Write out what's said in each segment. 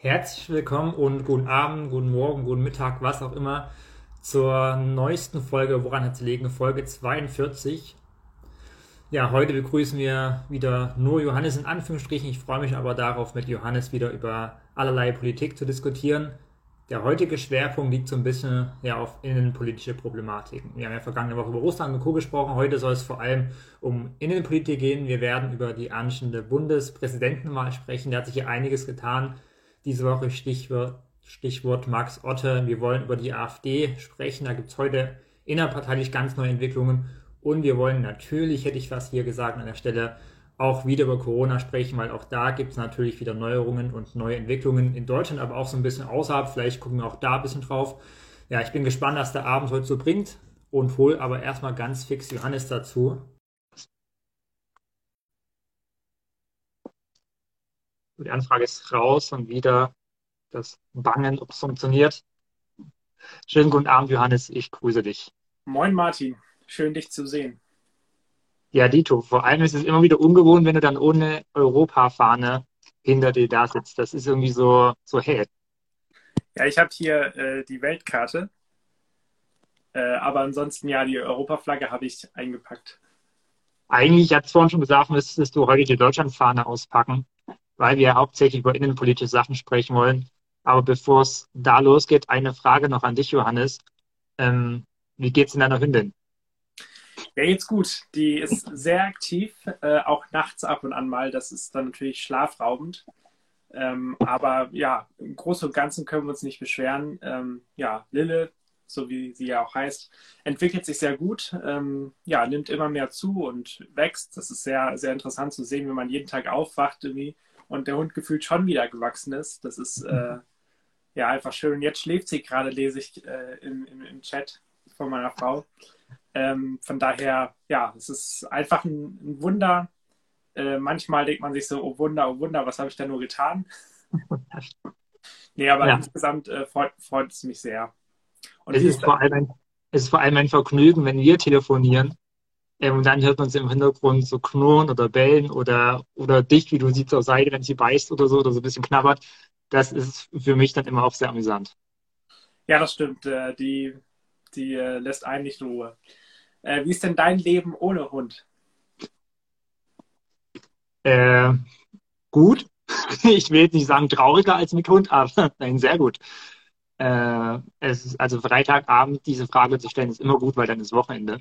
Herzlich willkommen und guten Abend, guten Morgen, guten Mittag, was auch immer, zur neuesten Folge Woran hat's gelegen, Folge 42. Ja, heute begrüßen wir wieder nur Johannes in Anführungsstrichen. Ich freue mich aber darauf, mit Johannes wieder über allerlei Politik zu diskutieren. Der heutige Schwerpunkt liegt so ein bisschen ja, auf innenpolitische Problematiken. Wir haben ja vergangene Woche über Russland und Co. gesprochen. Heute soll es vor allem um Innenpolitik gehen. Wir werden über die anstehende Bundespräsidentenwahl sprechen. Da hat sich ja einiges getan. Diese Woche Stichwort Max Otte. Wir wollen über die AfD sprechen. Da gibt es heute innerparteilich ganz neue Entwicklungen. Und wir wollen natürlich, hätte ich fast hier gesagt an der Stelle, auch wieder über Corona sprechen, weil auch da gibt es natürlich wieder Neuerungen und neue Entwicklungen in Deutschland, aber auch so ein bisschen außerhalb. Vielleicht gucken wir auch da ein bisschen drauf. Ja, ich bin gespannt, was der Abend heute so bringt und hol aber erstmal ganz fix Johannes dazu. Die Anfrage ist raus und wieder das Bangen, ob es funktioniert. Schönen guten Abend, Johannes. Ich grüße dich. Moin Martin, schön dich zu sehen. Ja, Dito, vor allem ist es immer wieder ungewohnt, wenn du dann ohne Europafahne hinter dir da sitzt. Das ist irgendwie hey. Ja, ich habe hier die Weltkarte, aber ansonsten ja, die Europaflagge habe ich eingepackt. Eigentlich, ich hatte es vorhin schon gesagt, müsstest du heute die Deutschlandfahne auspacken, weil wir hauptsächlich über innenpolitische Sachen sprechen wollen. Aber bevor es da losgeht, eine Frage noch an dich, Johannes. Ähm, Wie geht's in deiner Hündin? Ja, jetzt gut. Die ist sehr aktiv, auch nachts ab und an mal. Das ist dann natürlich schlafraubend. Aber ja, im Großen und Ganzen können wir uns nicht beschweren. Ja, Lille, so wie sie ja auch heißt, entwickelt sich sehr gut. Ja, nimmt immer mehr zu und wächst. Das ist sehr, sehr interessant zu sehen, wenn man jeden Tag aufwacht irgendwie und der Hund gefühlt schon wieder gewachsen ist. Das ist ja einfach schön. Jetzt schläft sie gerade, lese ich im Chat von meiner Frau. Von daher, ja, es ist einfach ein Wunder. Manchmal denkt man sich so, oh Wunder, was habe ich da nur getan? Nee, aber Ja, insgesamt freut es mich sehr. Und es wie ist ist das? es ist vor allem ein Vergnügen, wenn wir telefonieren. Und dann hört man es im Hintergrund so knurren oder bellen oder dich, wie du sie zur Seite, wenn sie beißt oder so ein bisschen knabbert. Das ist für mich dann immer auch sehr amüsant. Ja, das stimmt. Die lässt einen nicht in Ruhe. Wie ist denn dein Leben ohne Hund? Äh, Gut. Ich will jetzt nicht sagen trauriger als mit Hund, aber nein, sehr gut. Es ist also Freitagabend diese Frage zu stellen, ist immer gut, weil dann ist Wochenende.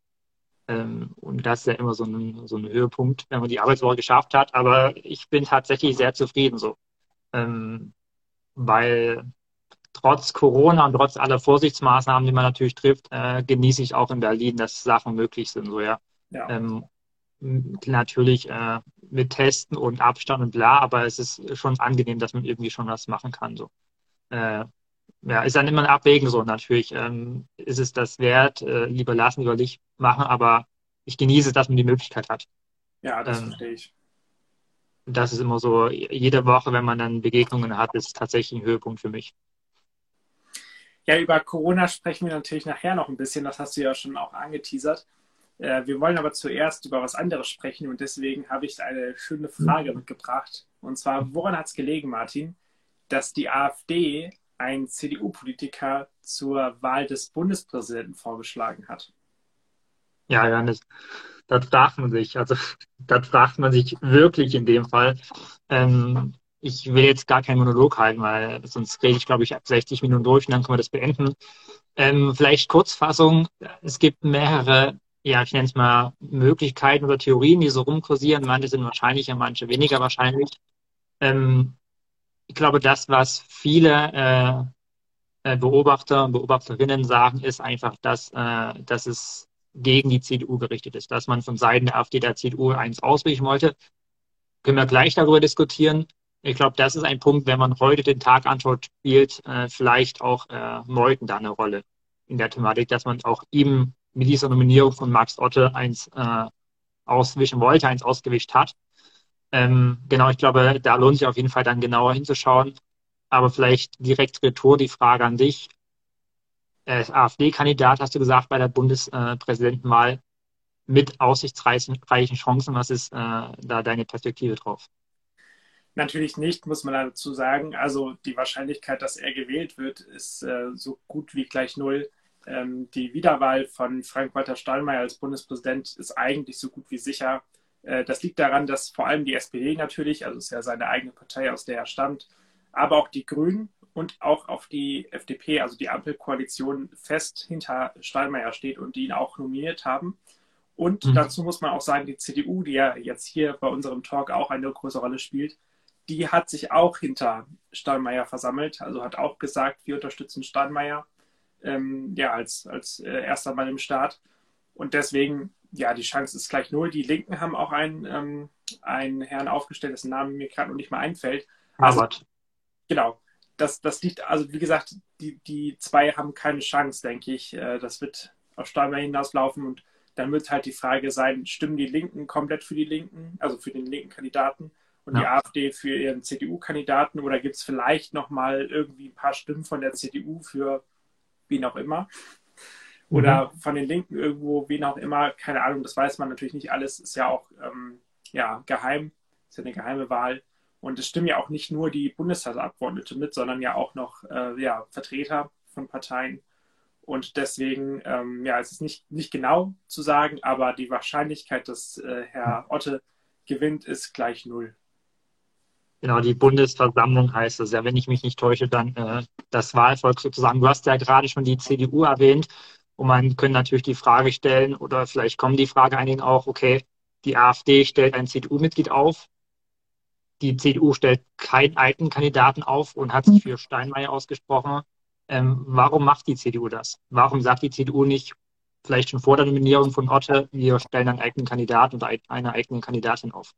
Und das ist ja immer so ein Höhepunkt, wenn man die Arbeitswoche geschafft hat. Aber ich bin tatsächlich sehr zufrieden so. Ähm, Weil trotz Corona und trotz aller Vorsichtsmaßnahmen, die man natürlich trifft, genieße ich auch in Berlin, dass Sachen möglich sind, so ja. Ja. Ähm, Natürlich mit Testen und Abstand und bla, aber es ist schon angenehm, dass man irgendwie schon was machen kann. So. Äh, ja, ist dann immer ein Abwägen so. Natürlich ist es das wert, lieber lassen, lieber nicht machen, aber ich genieße, dass man die Möglichkeit hat. Ja, das Ähm, verstehe ich. Das ist immer so, jede Woche, wenn man dann Begegnungen hat, ist tatsächlich ein Höhepunkt für mich. Ja, über Corona sprechen wir natürlich nachher noch ein bisschen. Das hast du ja schon auch angeteasert. Wir wollen aber zuerst über was anderes sprechen und deswegen habe ich eine schöne Frage mitgebracht. Und zwar, woran hat es gelegen, Martin, dass die AfD einen CDU-Politiker zur Wahl des Bundespräsidenten vorgeschlagen hat? Ja, ja, das fragt man sich. Also, das fragt man sich wirklich in dem Fall. Ich will jetzt gar keinen Monolog halten, weil sonst rede ich, glaube ich, ab 60 Minuten durch und dann können wir das beenden. Vielleicht Kurzfassung. Es gibt mehrere, ja, ich nenne es mal Möglichkeiten oder Theorien, die so rumkursieren. Manche sind wahrscheinlicher, manche weniger wahrscheinlich. Ähm, Ich glaube, das, was viele Beobachter und Beobachterinnen sagen, ist einfach, dass es gegen die CDU gerichtet ist, dass man von Seiten der AfD der CDU eins ausweichen wollte. Können wir gleich darüber diskutieren. Ich glaube, das ist ein Punkt, wenn man heute den Tag anschaut, spielt vielleicht auch Meuthen da eine Rolle in der Thematik, dass man auch ihm mit dieser Nominierung von Max Otte eins auswischen wollte, eins ausgewischt hat. Genau, ich glaube, da lohnt sich auf jeden Fall dann genauer hinzuschauen. Aber vielleicht direkt retour die Frage an dich. AfD-Kandidat, hast du gesagt, bei der Bundespräsidentenwahl mit aussichtsreichen Chancen. Was ist da deine Perspektive drauf? Natürlich nicht, muss man dazu sagen. Also die Wahrscheinlichkeit, dass er gewählt wird, ist so gut wie gleich null. Die Wiederwahl von Frank-Walter Steinmeier als Bundespräsident ist eigentlich so gut wie sicher. Das liegt daran, dass vor allem die SPD natürlich, also es ist ja seine eigene Partei, aus der er stammt, aber auch die Grünen und auch die FDP, also die Ampelkoalition, fest hinter Steinmeier steht und die ihn auch nominiert haben. Und Mhm. dazu muss man auch sagen, die CDU, die ja jetzt hier bei unserem Talk auch eine große Rolle spielt, die hat sich auch hinter Steinmeier versammelt, also hat auch gesagt, wir unterstützen Steinmeier ja, als erster Mann im Staat. Und deswegen, ja, die Chance ist gleich null. Die Linken haben auch einen Herrn aufgestellt, dessen Name mir gerade noch nicht mal einfällt. Also Harvard. genau, das liegt, also wie gesagt, die zwei haben keine Chance, denke ich. Das wird auf Steinmeier hinauslaufen und dann wird halt die Frage sein, stimmen die Linken komplett für die Linken, also für den linken Kandidaten und die Ja. AfD für ihren CDU-Kandidaten oder gibt es vielleicht nochmal irgendwie ein paar Stimmen von der CDU für wen auch immer Mhm. oder von den Linken irgendwo, wen auch immer, keine Ahnung, das weiß man natürlich nicht alles, ist ja auch ja, geheim, ist ja eine geheime Wahl. Und es stimmen ja auch nicht nur die Bundestagsabgeordnete mit, sondern ja auch noch ja, Vertreter von Parteien. Und deswegen, ja, es ist nicht genau zu sagen, aber die Wahrscheinlichkeit, dass Herr Otte gewinnt, ist gleich null. Genau, die Bundesversammlung heißt es ja, wenn ich mich nicht täusche, dann das Wahlvolk sozusagen. Du hast ja gerade schon die CDU erwähnt und man könnte natürlich die Frage stellen, oder vielleicht kommt die Frage einigen auch, okay, die AfD stellt ein CDU-Mitglied auf, die CDU stellt keinen eigenen Kandidaten auf und hat sich für Steinmeier ausgesprochen. Warum macht die CDU das? Warum sagt die CDU nicht, vielleicht schon vor der Nominierung von Otte, wir stellen einen eigenen Kandidaten oder eine eigene Kandidatin auf?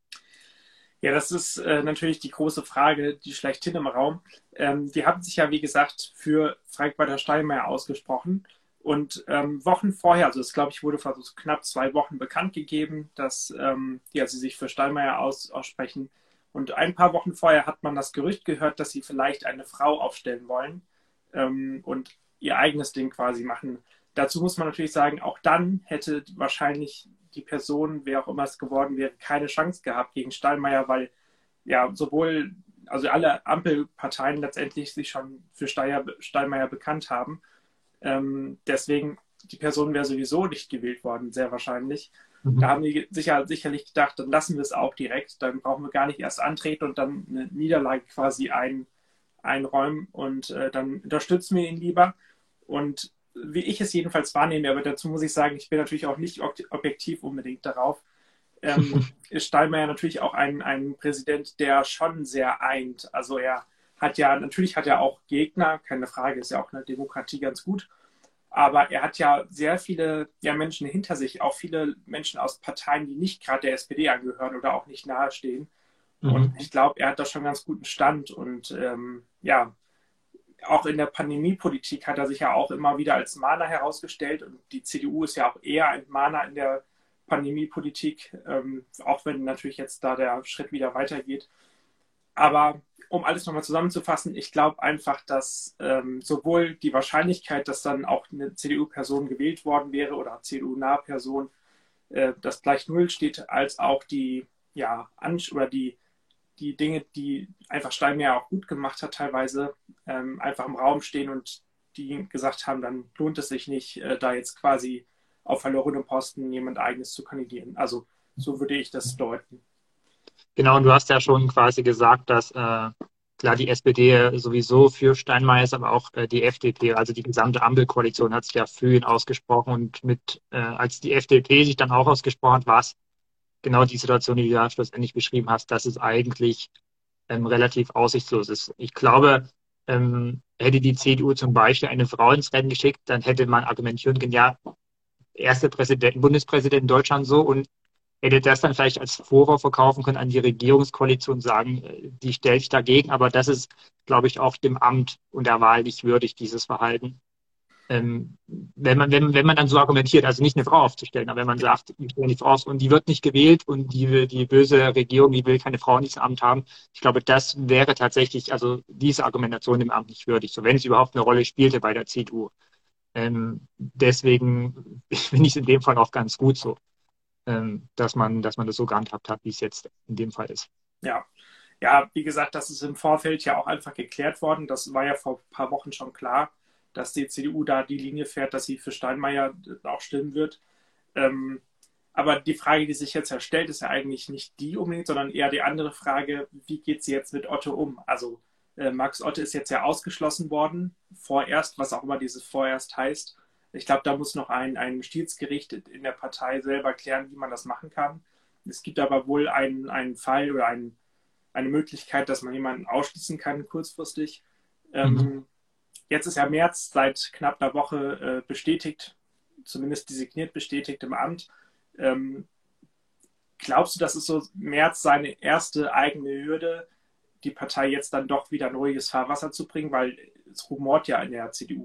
Ja, das ist natürlich die große Frage, die schlechthin im Raum. Die haben sich ja, wie gesagt, für Frank-Walter Steinmeier ausgesprochen. Und Wochen vorher, also das glaube ich, wurde vor so knapp 2 Wochen bekannt gegeben, dass ja, sie sich für Steinmeier aussprechen. Und ein paar Wochen vorher hat man das Gerücht gehört, dass sie vielleicht eine Frau aufstellen wollen und ihr eigenes Ding quasi machen. Dazu muss man natürlich sagen, auch dann hätte wahrscheinlich die Person, wer auch immer es geworden wäre, keine Chance gehabt gegen Steinmeier, weil ja sowohl, also alle Ampelparteien letztendlich sich schon für Steinmeier bekannt haben. Deswegen, die Person wäre sowieso nicht gewählt worden, sehr wahrscheinlich. Da Mhm. haben die sicherlich gedacht, dann lassen wir es auch direkt, dann brauchen wir gar nicht erst antreten und dann eine Niederlage quasi einräumen und dann unterstützen wir ihn lieber. Und wie ich es jedenfalls wahrnehme, aber dazu muss ich sagen, ich bin natürlich auch nicht objektiv unbedingt darauf, ist Steinmeier natürlich auch ein Präsident, der schon sehr eint. Also er hat ja, natürlich hat er auch Gegner, keine Frage, ist ja auch eine Demokratie ganz gut. Aber er hat ja sehr viele ja, Menschen hinter sich, auch viele Menschen aus Parteien, die nicht gerade der SPD angehören oder auch nicht nahestehen. Und Mhm. ich glaube, er hat da schon ganz guten Stand. Und ja, auch in der Pandemiepolitik hat er sich ja auch immer wieder als Mahner herausgestellt. Und die CDU ist ja auch eher ein Mahner in der Pandemiepolitik, auch wenn natürlich jetzt da der Schritt wieder weitergeht. Aber um alles nochmal zusammenzufassen, ich glaube einfach, dass sowohl die Wahrscheinlichkeit, dass dann auch eine CDU-Person gewählt worden wäre oder CDU-nahe Person, das gleich null steht, als auch die, ja, oder die Dinge, die einfach Steinmeier auch gut gemacht hat, teilweise einfach im Raum stehen und die gesagt haben, dann lohnt es sich nicht, da jetzt quasi auf verlorenem Posten jemand eigenes zu kandidieren. Also so würde ich das deuten. Genau, und du hast ja schon quasi gesagt, dass klar die SPD sowieso für Steinmeier ist, aber auch die FDP, also die gesamte Ampelkoalition hat sich ja für ihn ausgesprochen und als die FDP sich dann auch ausgesprochen hat, war es genau die Situation, die du ja schlussendlich beschrieben hast, dass es eigentlich relativ aussichtslos ist. Ich glaube, hätte die CDU zum Beispiel eine Frau ins Rennen geschickt, dann hätte man argumentieren können, ja, erste Bundespräsident in Deutschland so und hätte das dann vielleicht als Vorwurf verkaufen können an die Regierungskoalition, sagen, die stellt sich dagegen, aber das ist, glaube ich, auch dem Amt und der Wahl nicht würdig, dieses Verhalten. Wenn man dann so argumentiert, also nicht eine Frau aufzustellen, aber wenn man Ja, sagt, wir stellen die Frau auf und die wird nicht gewählt und die böse Regierung, die will keine Frau in diesem Amt haben, ich glaube, das wäre tatsächlich, also diese Argumentation dem Amt nicht würdig, so wenn es überhaupt eine Rolle spielte bei der CDU. Deswegen finde ich es in dem Fall auch ganz gut so, dass man das so gehandhabt hat, wie es jetzt in dem Fall ist. ja. Ja, wie gesagt, das ist im Vorfeld ja auch einfach geklärt worden. Das war ja vor ein paar Wochen schon klar, dass die CDU da die Linie fährt, dass sie für Steinmeier auch stimmen wird. Ähm, aber die Frage, die sich jetzt ja stellt, ist ja eigentlich nicht die unbedingt, sondern eher die andere Frage, wie geht sie jetzt mit Otto um? Also Max Otte ist jetzt ja ausgeschlossen worden, vorerst, was auch immer dieses vorerst heißt. Ich glaube, da muss noch ein Schiedsgericht in der Partei selber klären, wie man das machen kann. Es gibt aber wohl einen Fall oder eine Möglichkeit, dass man jemanden ausschließen kann kurzfristig. Mhm. Jetzt ist ja Merz seit knapp einer Woche bestätigt, zumindest designiert bestätigt im Amt. Ähm, Glaubst du, das ist so Merz seine erste eigene Hürde, die Partei jetzt dann doch wieder in ruhiges Fahrwasser zu bringen, weil es rumort ja in der CDU.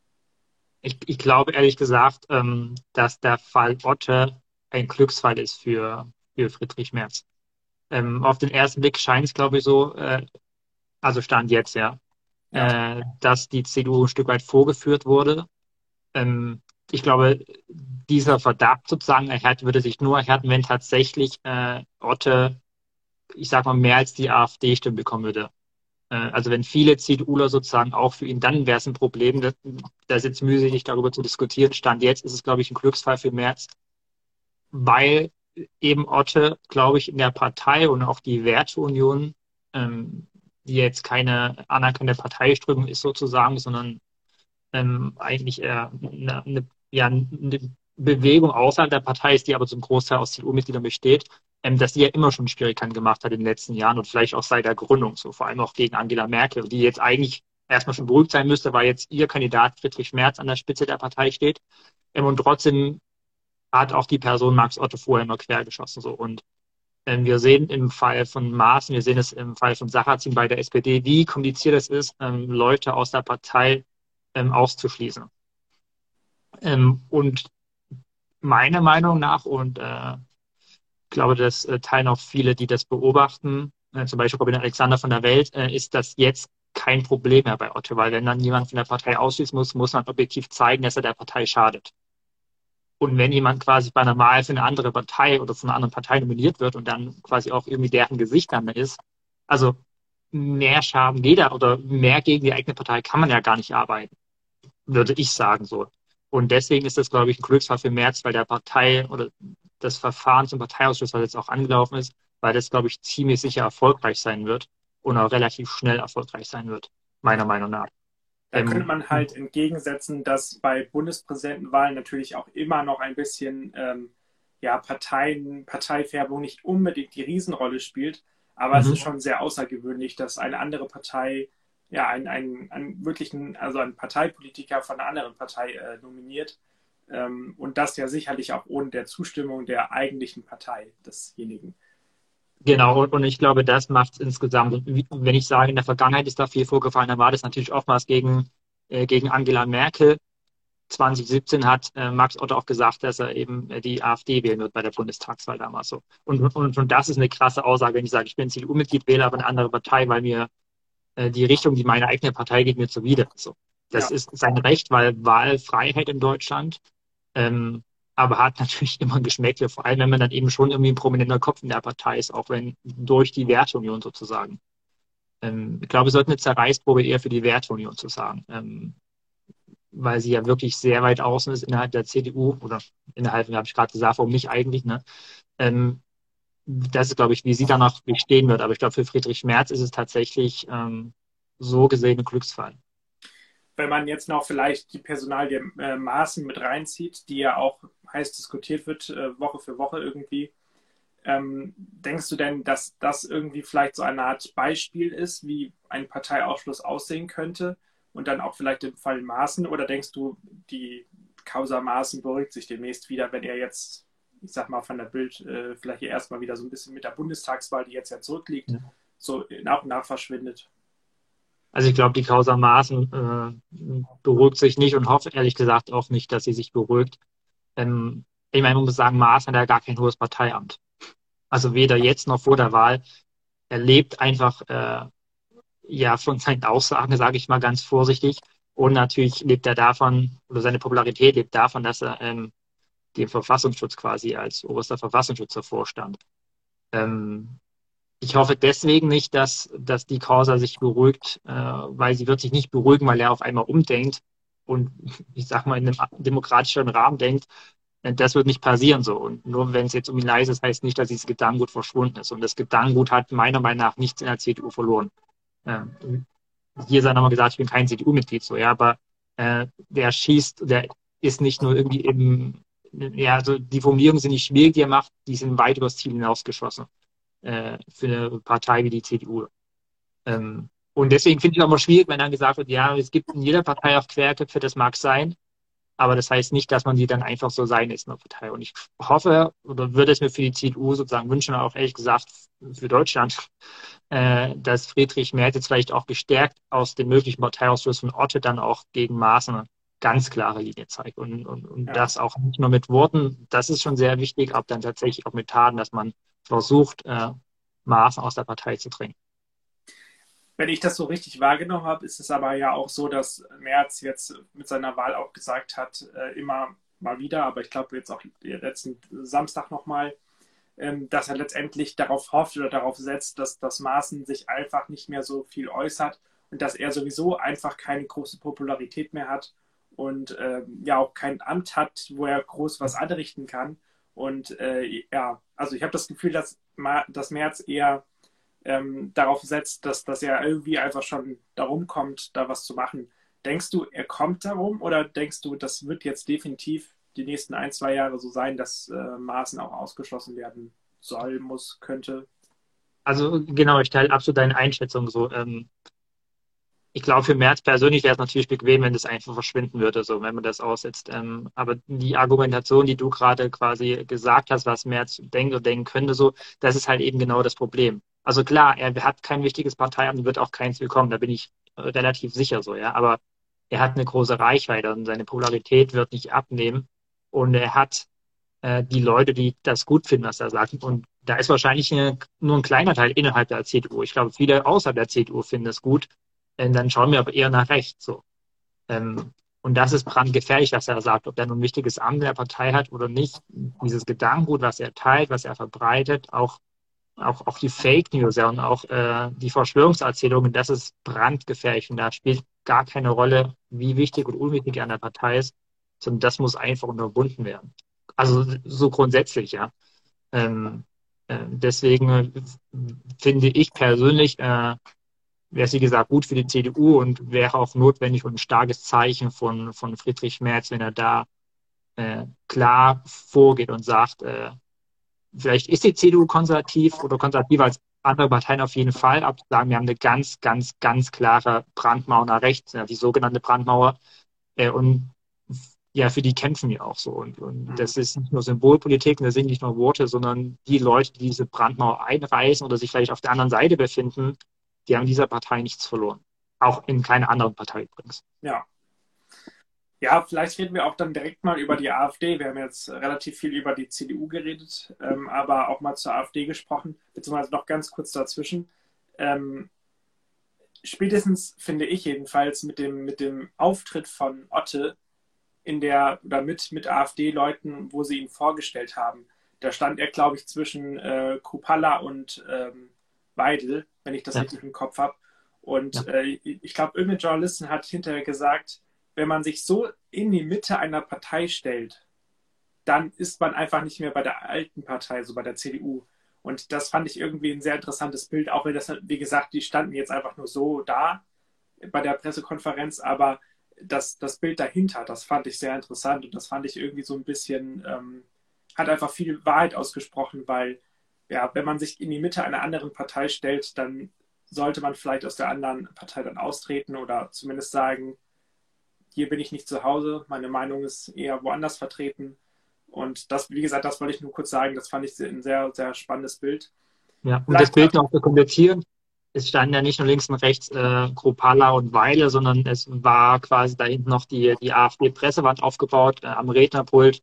Ich glaube ehrlich gesagt, dass der Fall Otte ein Glücksfall ist für Friedrich Merz. Auf den ersten Blick scheint es, glaube ich, so, also Stand jetzt, ja, Ja, dass die CDU ein Stück weit vorgeführt wurde. Ich glaube, dieser Verdacht sozusagen würde sich nur erhärten, wenn tatsächlich Otte, ich sag mal, mehr als die AfD-Stimmen bekommen würde. Also wenn viele CDUler sozusagen auch für ihn, dann wäre es ein Problem. Da ist jetzt mühselig darüber zu diskutieren. Stand jetzt ist es, glaube ich, ein Glücksfall für Merz, weil eben Otte, glaube ich, in der Partei und auch die Werteunion, die jetzt keine anerkannte Parteiströmung ist sozusagen, sondern eigentlich eher ja, eine Bewegung außerhalb der Partei ist, die aber zum Großteil aus CDU-Mitgliedern besteht, dass die ja immer schon Schwierigkeiten gemacht hat in den letzten Jahren und vielleicht auch seit der Gründung, so vor allem auch gegen Angela Merkel, die jetzt eigentlich erstmal schon beruhigt sein müsste, weil jetzt ihr Kandidat Friedrich Merz an der Spitze der Partei steht. Und trotzdem hat auch die Person Max Otto vorher immer quergeschossen. So. Und wir sehen im Fall von Maaßen, wir sehen es im Fall von Sarrazin bei der SPD, wie kompliziert es ist, Leute aus der Partei auszuschließen. Und meiner Meinung nach, und ich glaube, das teilen auch viele, die das beobachten, zum Beispiel Robin Alexander von der Welt, ist das jetzt kein Problem mehr bei Otto, weil wenn dann jemand von der Partei ausschließen muss, muss man objektiv zeigen, dass er der Partei schadet. Und wenn jemand quasi bei einer Wahl für eine andere Partei oder von einer anderen Partei nominiert wird und dann quasi auch irgendwie deren Gesicht dann ist, also mehr Schaden geht da oder mehr gegen die eigene Partei kann man ja gar nicht arbeiten, würde ich sagen so. Und deswegen ist das, glaube ich, ein Glücksfall für Merz, weil der Partei oder das Verfahren zum Parteiausschuss, was jetzt auch angelaufen ist, weil das, glaube ich, ziemlich sicher erfolgreich sein wird und auch relativ schnell erfolgreich sein wird, meiner Meinung nach. da könnte Ähm, man halt entgegensetzen, dass bei Bundespräsidentenwahlen natürlich auch immer noch ein bisschen ja, Parteifärbung nicht unbedingt die Riesenrolle spielt, aber es ist mhm. schon sehr außergewöhnlich, dass eine andere Partei ja einen wirklichen, also einen Parteipolitiker von einer anderen Partei nominiert. Und das ja sicherlich auch ohne der Zustimmung der eigentlichen Partei desjenigen. Genau, und ich glaube, das macht es insgesamt. Wenn ich sage, in der Vergangenheit ist da viel vorgefallen, dann war das natürlich oftmals gegen Angela Merkel. 2017 hat Max Otto auch gesagt, dass er eben die AfD wählen wird bei der Bundestagswahl damals so. Und das ist eine krasse Aussage, wenn ich sage, ich bin CDU-Mitglied, wähle aber eine andere Partei, weil mir die Richtung, die meine eigene Partei geht, mir zuwider. So. Das Ja, ist sein Recht, weil Wahlfreiheit in Deutschland, ähm, aber hat natürlich immer ein Geschmäckle, vor allem wenn man dann eben schon irgendwie ein prominenter Kopf in der Partei ist, auch wenn durch die Werteunion sozusagen. Ich glaube, es sollte eine Zerreißprobe eher für die Werteunion zu sagen, weil sie ja wirklich sehr weit außen ist innerhalb der CDU oder innerhalb, habe ich gerade gesagt, warum nicht eigentlich, ne? Ähm, Das ist, glaube ich, wie sie danach bestehen wird. Aber ich glaube, für Friedrich Merz ist es tatsächlich so gesehen ein Glücksfall. wenn man jetzt noch vielleicht die Personalie Maaßen mit reinzieht, die ja auch heiß diskutiert wird, Woche für Woche irgendwie, denkst du denn, dass das irgendwie vielleicht so eine Art Beispiel ist, wie ein Parteiausschluss aussehen könnte und dann auch vielleicht im Fall Maaßen? Oder denkst du, die Causa Maaßen beruhigt sich demnächst wieder, wenn er jetzt, ich sag mal, von der Bild vielleicht erstmal wieder so ein bisschen mit der Bundestagswahl, die jetzt ja zurückliegt, Ja. so nach und nach verschwindet? Also ich glaube, die Causa Maaßen beruhigt sich nicht und hoffe ehrlich gesagt auch nicht, dass sie sich beruhigt. Ich meine, man muss sagen, Maaßen hat ja gar kein hohes Parteiamt. Also weder jetzt noch vor der Wahl. Er lebt einfach ja von seinen Aussagen, sage ich mal ganz vorsichtig. Und natürlich lebt er davon, oder seine Popularität lebt davon, dass er dem Verfassungsschutz quasi als oberster Verfassungsschützer vorstand. Ähm, Ich hoffe deswegen nicht, dass die Causa sich beruhigt, weil sie wird sich nicht beruhigen, weil er auf einmal umdenkt und ich sag mal in einem demokratischeren Rahmen denkt. Das wird nicht passieren so. Und nur wenn es jetzt um ihn leise ist, heißt nicht, dass dieses Gedankengut verschwunden ist. Und das Gedankengut hat meiner Meinung nach nichts in der CDU verloren. Hier sei nochmal gesagt, ich bin kein CDU-Mitglied so, ja, aber der schießt, der ist nicht nur irgendwie ja, also die Formulierungen sind nicht schwierig, die er macht, die sind weit übers Ziel hinausgeschossen für eine Partei wie die CDU. Und deswegen finde ich es auch mal schwierig, wenn dann gesagt wird, ja, es gibt in jeder Partei auch Querköpfe, das mag sein, aber das heißt nicht, dass man die dann einfach so sein ist in der Partei. Und ich hoffe oder würde es mir für die CDU sozusagen wünschen, auch ehrlich gesagt für Deutschland, dass Friedrich Merz jetzt vielleicht auch gestärkt aus dem möglichen Parteiausschluss von Otte dann auch gegen Maaßen eine ganz klare Linie zeigt. Und Ja. das auch nicht nur mit Worten, das ist schon sehr wichtig, aber dann tatsächlich auch mit Taten, dass man versucht, Maaßen aus der Partei zu drängen. Wenn ich das so richtig wahrgenommen habe, ist es aber ja auch so, dass Merz jetzt mit seiner Wahl auch gesagt hat, immer mal wieder, aber ich glaube jetzt auch letzten Samstag nochmal, dass er letztendlich darauf hofft oder darauf setzt, dass das Maaßen sich einfach nicht mehr so viel äußert und dass er sowieso einfach keine große Popularität mehr hat und ja auch kein Amt hat, wo er groß was anrichten kann. Und ja, also ich habe das Gefühl, dass Merz eher darauf setzt, dass er irgendwie einfach schon darum kommt, da was zu machen. Denkst du, er kommt darum oder denkst du, das wird jetzt definitiv die nächsten 1, 2 Jahre so sein, dass Maaßen auch ausgeschlossen werden soll, muss, könnte? Also genau, ich teile absolut deine Einschätzung so. Ich glaube, für Merz persönlich wäre es natürlich bequem, wenn das einfach verschwinden würde, so wenn man das aussetzt. Aber die Argumentation, die du gerade quasi gesagt hast, was Merz denkt oder denken könnte, so, das ist halt eben genau das Problem. Also klar, er hat kein wichtiges Parteiamt und wird auch keins bekommen, da bin ich relativ sicher so, ja. Aber er hat eine große Reichweite und seine Popularität wird nicht abnehmen. Und er hat die Leute, die das gut finden, was er sagt. Und da ist wahrscheinlich nur ein kleiner Teil innerhalb der CDU. Ich glaube, viele außerhalb der CDU finden es gut. Dann schauen wir aber eher nach rechts. So. Und das ist brandgefährlich, was er sagt, ob er nun ein wichtiges Amt in der Partei hat oder nicht. Dieses Gedankengut, was er teilt, was er verbreitet, auch die Fake News ja, und auch die Verschwörungserzählungen, das ist brandgefährlich. Und da spielt gar keine Rolle, wie wichtig und unwichtig er an der Partei ist, sondern das muss einfach unterbunden werden. Also so grundsätzlich, ja. Deswegen finde ich persönlich, wäre es, wie gesagt, gut für die CDU und wäre auch notwendig und ein starkes Zeichen von Friedrich Merz, wenn er da klar vorgeht und sagt, vielleicht ist die CDU konservativ oder konservativer als andere Parteien auf jeden Fall, aber sagen, wir haben eine ganz, ganz, ganz klare Brandmauer nach rechts, ja, die sogenannte Brandmauer. Und ja, für die kämpfen wir auch so. Und das ist nicht nur Symbolpolitik, das sind nicht nur Worte, sondern die Leute, die diese Brandmauer einreißen oder sich vielleicht auf der anderen Seite befinden, die haben in dieser Partei nichts verloren. Auch in keiner anderen Partei übrigens. Ja. Ja, vielleicht reden wir auch dann direkt mal über die AfD. Wir haben jetzt relativ viel über die CDU geredet, aber auch mal zur AfD gesprochen, beziehungsweise noch ganz kurz dazwischen. Spätestens finde ich jedenfalls mit dem Auftritt von Otte oder mit AfD-Leuten, wo sie ihn vorgestellt haben. Da stand er, glaube ich, zwischen Kupala und Weidel, wenn ich das Ja, richtig im Kopf habe. Und ja. ich glaube, irgendeine Journalistin hat hinterher gesagt, wenn man sich so in die Mitte einer Partei stellt, dann ist man einfach nicht mehr bei der alten Partei, so bei der CDU. Und das fand ich irgendwie ein sehr interessantes Bild, auch wenn das, wie gesagt, die standen jetzt einfach nur so da bei der Pressekonferenz, aber das Bild dahinter, das fand ich sehr interessant und das fand ich irgendwie so ein bisschen, hat einfach viel Wahrheit ausgesprochen, weil ja, wenn man sich in die Mitte einer anderen Partei stellt, dann sollte man vielleicht aus der anderen Partei dann austreten oder zumindest sagen, hier bin ich nicht zu Hause, meine Meinung ist eher woanders vertreten. Und das, wie gesagt, das wollte ich nur kurz sagen, das fand ich ein sehr, sehr spannendes Bild. Ja, um das Vielleicht, Bild noch zu komplettieren, es standen ja nicht nur links und rechts Kropala und Weile, sondern es war quasi da hinten noch die AfD-Pressewand aufgebaut, am Rednerpult,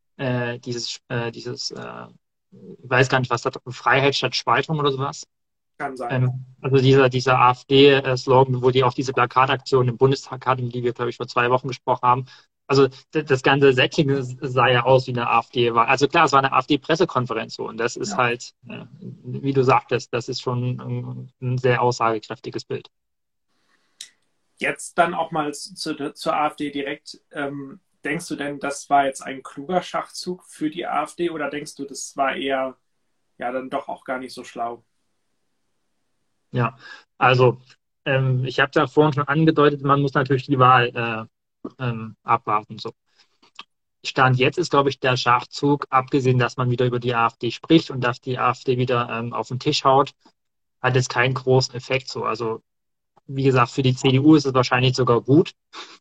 ich weiß gar nicht, was das, Freiheit statt Spaltung oder sowas. kann sein, ja. Also dieser AfD-Slogan, wo die auch diese Plakataktion im Bundestag hatten, die wir, glaube ich, vor 2 Wochen gesprochen haben, Also das ganze Setting sah ja aus wie eine AfD-Wahl. Also klar, es war eine AfD-Pressekonferenz so und das ist Ja. halt, wie du sagtest, das ist schon ein sehr aussagekräftiges Bild. Jetzt dann auch mal zur AfD direkt. Denkst du denn, das war jetzt ein kluger Schachzug für die AfD oder denkst du, das war eher ja dann doch auch gar nicht so schlau? Ja, also ich habe es ja vorhin schon angedeutet, man muss natürlich die Wahl abwarten. So. Stand jetzt ist, glaube ich, der Schachzug, abgesehen, dass man wieder über die AfD spricht und dass die AfD wieder auf den Tisch haut, hat es keinen großen Effekt so. Also wie gesagt, für die CDU ist es wahrscheinlich sogar gut,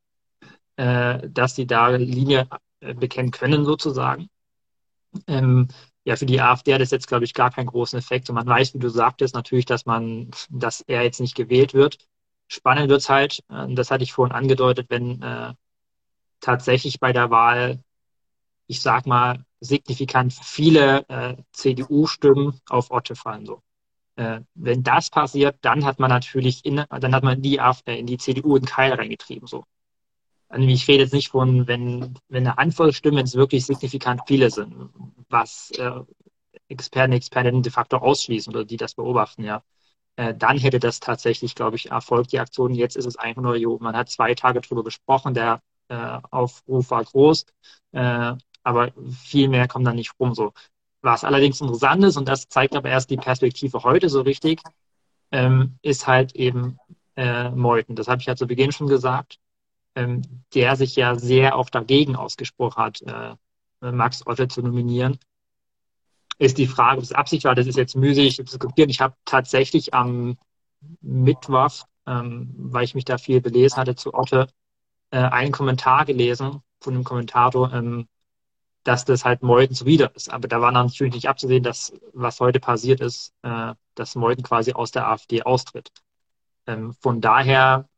dass sie da Linie bekennen können sozusagen. Ähm, ja, für die AfD hat es jetzt, glaube ich, gar keinen großen Effekt. Und man weiß, wie du sagtest, natürlich, dass er jetzt nicht gewählt wird. Spannend wird es halt, das hatte ich vorhin angedeutet, wenn tatsächlich bei der Wahl, ich sag mal, signifikant viele CDU-Stimmen auf Otte fallen. So. Wenn das passiert, dann hat man natürlich dann hat man die AfD, in die CDU einen Keil reingetrieben. So. Also ich rede jetzt nicht von, wenn eine Handvoll Stimmen, wenn es wirklich signifikant viele sind, was Experten, Expertinnen de facto ausschließen oder die das beobachten, ja. Dann hätte das tatsächlich, glaube ich, Erfolg, die Aktion. Jetzt ist es einfach nur, jo, man hat 2 Tage drüber gesprochen, der Aufruf war groß, äh, aber viel mehr kommt dann nicht rum. So. Was allerdings interessant ist, und das zeigt aber erst die Perspektive heute so richtig, ist halt eben Meuthen. Das habe ich ja zu Beginn schon gesagt, ähm, der sich ja sehr auch dagegen ausgesprochen hat, Max Otte zu nominieren. Ist die Frage, ob es Absicht war, das ist jetzt müßig zu diskutieren. Ich habe tatsächlich am Mittwoch, weil ich mich da viel belesen hatte zu Otte, einen Kommentar gelesen von einem Kommentator, dass das halt Meuthen zuwider ist. Aber da war natürlich nicht abzusehen, dass was heute passiert ist, dass Meuthen quasi aus der AfD austritt. Von daher,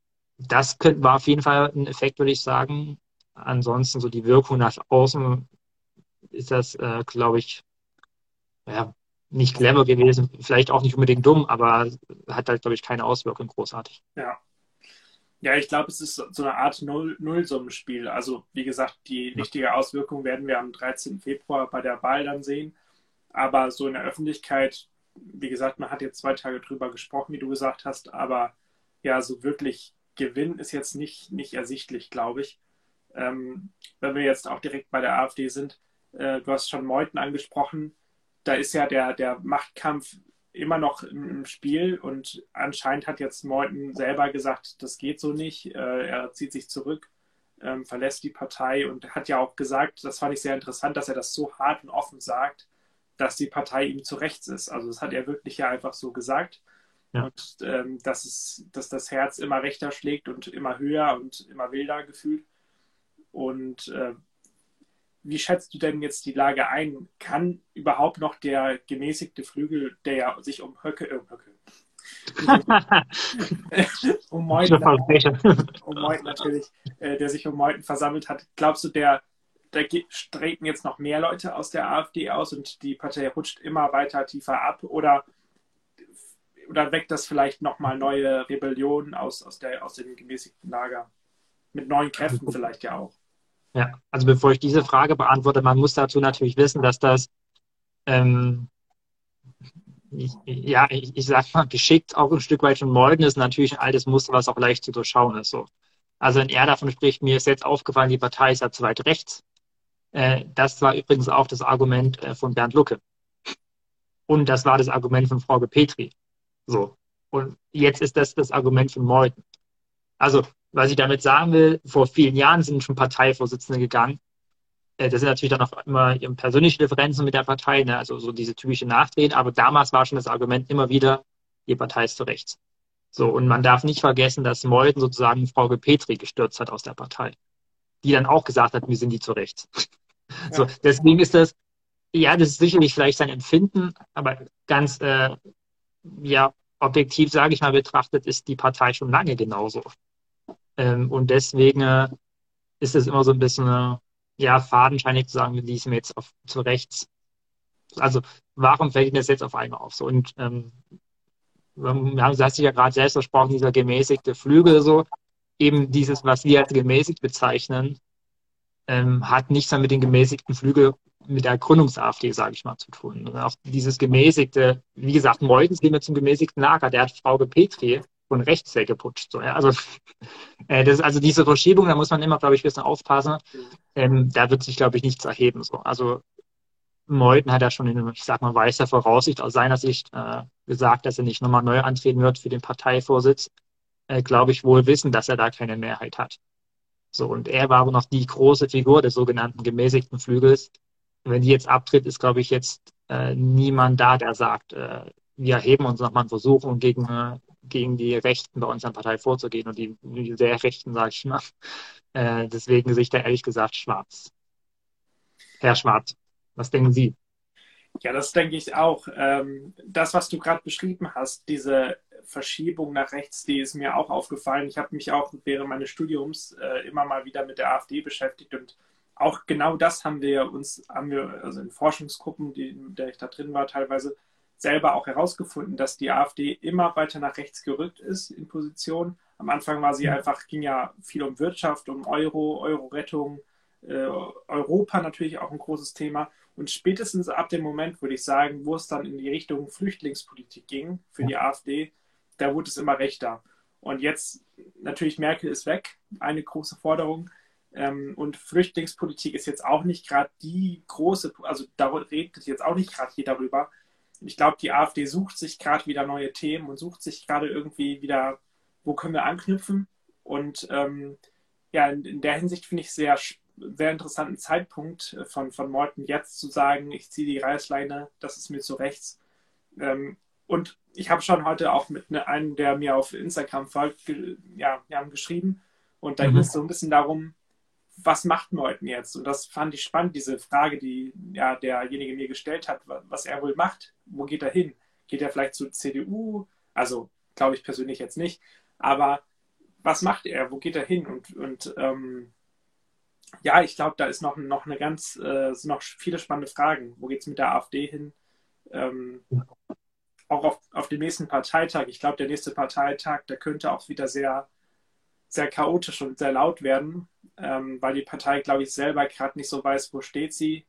war auf jeden Fall ein Effekt, würde ich sagen. Ansonsten so die Wirkung nach außen ist das, glaube ich, ja, nicht clever gewesen, vielleicht auch nicht unbedingt dumm, aber hat halt, glaube ich, keine Auswirkung großartig. Ja. Ja, ich glaube, es ist so eine Art Nullsummenspiel. Also, wie gesagt, die Ja, richtige Auswirkung werden wir am 13. Februar bei der Wahl dann sehen. Aber so in der Öffentlichkeit, wie gesagt, man hat jetzt 2 Tage drüber gesprochen, wie du gesagt hast, aber ja, so wirklich Gewinn ist jetzt nicht ersichtlich, glaube ich. Wenn wir jetzt auch direkt bei der AfD sind, du hast schon Meuthen angesprochen, da ist ja der Machtkampf immer noch im Spiel und anscheinend hat jetzt Meuthen selber gesagt, das geht so nicht, er zieht sich zurück, verlässt die Partei und hat ja auch gesagt, das fand ich sehr interessant, dass er das so hart und offen sagt, dass die Partei ihm zu rechts ist. Also das hat er wirklich ja einfach so gesagt ja. und dass das Herz immer rechter schlägt und immer höher und immer wilder gefühlt. Und wie schätzt du denn jetzt die Lage ein? Kann überhaupt noch der gemäßigte Flügel, der ja sich um Höcke um Meuthen, um Meuthen natürlich, der sich um Meuthen versammelt hat, glaubst du, da treten jetzt noch mehr Leute aus der AfD aus und die Partei rutscht immer weiter tiefer ab? Oder weckt das vielleicht nochmal neue Rebellionen aus dem gemäßigten Lager? Mit neuen Kräften vielleicht ja auch. Ja, also bevor ich diese Frage beantworte, man muss dazu natürlich wissen, dass das, ähm, ich sag mal, geschickt auch ein Stück weit von Meuthen ist natürlich ein altes Muster, was auch leicht zu durchschauen ist. So. Also wenn er davon spricht, mir ist jetzt aufgefallen, die Partei ist ja zu weit rechts. Das war übrigens auch das Argument von Bernd Lucke. Und das war das Argument von Frauke Petri. So. Und jetzt ist das Argument von Meuthen. Also, was ich damit sagen will, vor vielen Jahren sind schon Parteivorsitzende gegangen. Das sind natürlich dann auch immer persönliche Differenzen mit der Partei, ne? Also so diese typische Nachdrehen. Aber damals war schon das Argument immer wieder, die Partei ist zu rechts. So, und man darf nicht vergessen, dass Meuthen sozusagen Frau Petri gestürzt hat aus der Partei, die dann auch gesagt hat, wir sind die zu rechts. So, Ja, deswegen ist das, ja, das ist sicherlich vielleicht sein Empfinden, aber ganz, ja, objektiv, sage ich mal, betrachtet, ist die Partei schon lange genauso. Und deswegen ist es immer so ein bisschen, ja, fadenscheinig zu sagen, wir ließen jetzt zu rechts. Also, warum fällt Ihnen das jetzt auf einmal auf? So, und du hast dich ja gerade selbst versprochen, dieser gemäßigte Flügel, so, eben dieses, was wir als gemäßigt bezeichnen, hat nichts mehr mit den gemäßigten Flügel mit der Gründungs-AfD, sage ich mal, zu tun. Und auch dieses gemäßigte, wie gesagt, Meuthen gehen wir zum gemäßigten Lager, der hat Frauke Petri von rechts weggeputscht. So, ja. Also, also diese Verschiebung, da muss man immer, glaube ich, ein bisschen aufpassen. Da wird sich, glaube ich, nichts erheben. So. Also Meuthen hat ja schon in, ich sag mal, weißer Voraussicht aus seiner Sicht gesagt, dass er nicht nochmal neu antreten wird für den Parteivorsitz. Glaube ich, wohl wissen, dass er da keine Mehrheit hat. So, und er war aber noch die große Figur des sogenannten gemäßigten Flügels. Wenn die jetzt abtritt, ist, glaube ich, jetzt niemand da, der sagt, wir erheben uns nochmal einen Versuch, um gegen die Rechten bei unserer Partei vorzugehen und die sehr Rechten, sage ich mal. Deswegen sehe ich da ehrlich gesagt schwarz. Herr Schwarz, was denken Sie? Ja, das denke ich auch. Das, was du gerade beschrieben hast, diese Verschiebung nach rechts, die ist mir auch aufgefallen. Ich habe mich auch während meines Studiums immer mal wieder mit der AfD beschäftigt und auch genau das haben wir also in Forschungsgruppen, in der ich da drin war, teilweise selber auch herausgefunden, dass die AfD immer weiter nach rechts gerückt ist in Position. Am Anfang war sie einfach, ging ja viel um Wirtschaft, um Euro-Rettung, Europa natürlich auch ein großes Thema. Und spätestens ab dem Moment, würde ich sagen, wo es dann in die Richtung Flüchtlingspolitik ging für die AfD, da wurde es immer rechter. Und jetzt natürlich Merkel ist weg, eine große Forderung. Und Flüchtlingspolitik ist jetzt auch nicht gerade die große, also da redet jetzt auch nicht gerade jeder darüber. Ich glaube, die AfD sucht sich gerade wieder neue Themen und sucht sich gerade irgendwie wieder, wo können wir anknüpfen. Und ja, in der Hinsicht finde ich sehr interessanten Zeitpunkt von Meuthen jetzt zu sagen, ich ziehe die Reißleine, das ist mir zu rechts. Und ich habe schon heute auch mit einem, der mir auf Instagram folgt, ja, wir haben geschrieben und da ging es so ein bisschen darum, was macht Meuthen jetzt? Und das fand ich spannend, diese Frage, die ja derjenige mir gestellt hat, was er wohl macht. Wo geht er hin? Geht er vielleicht zur CDU? Also glaube ich persönlich jetzt nicht. Aber was macht er? Wo geht er hin? Und ja, ich glaube, da ist noch eine sind noch viele spannende Fragen. Wo geht es mit der AfD hin? Auch auf dem nächsten Parteitag. Ich glaube, der nächste Parteitag, der könnte auch wieder sehr, sehr chaotisch und sehr laut werden, weil die Partei, glaube ich, selber gerade nicht so weiß, wo steht sie,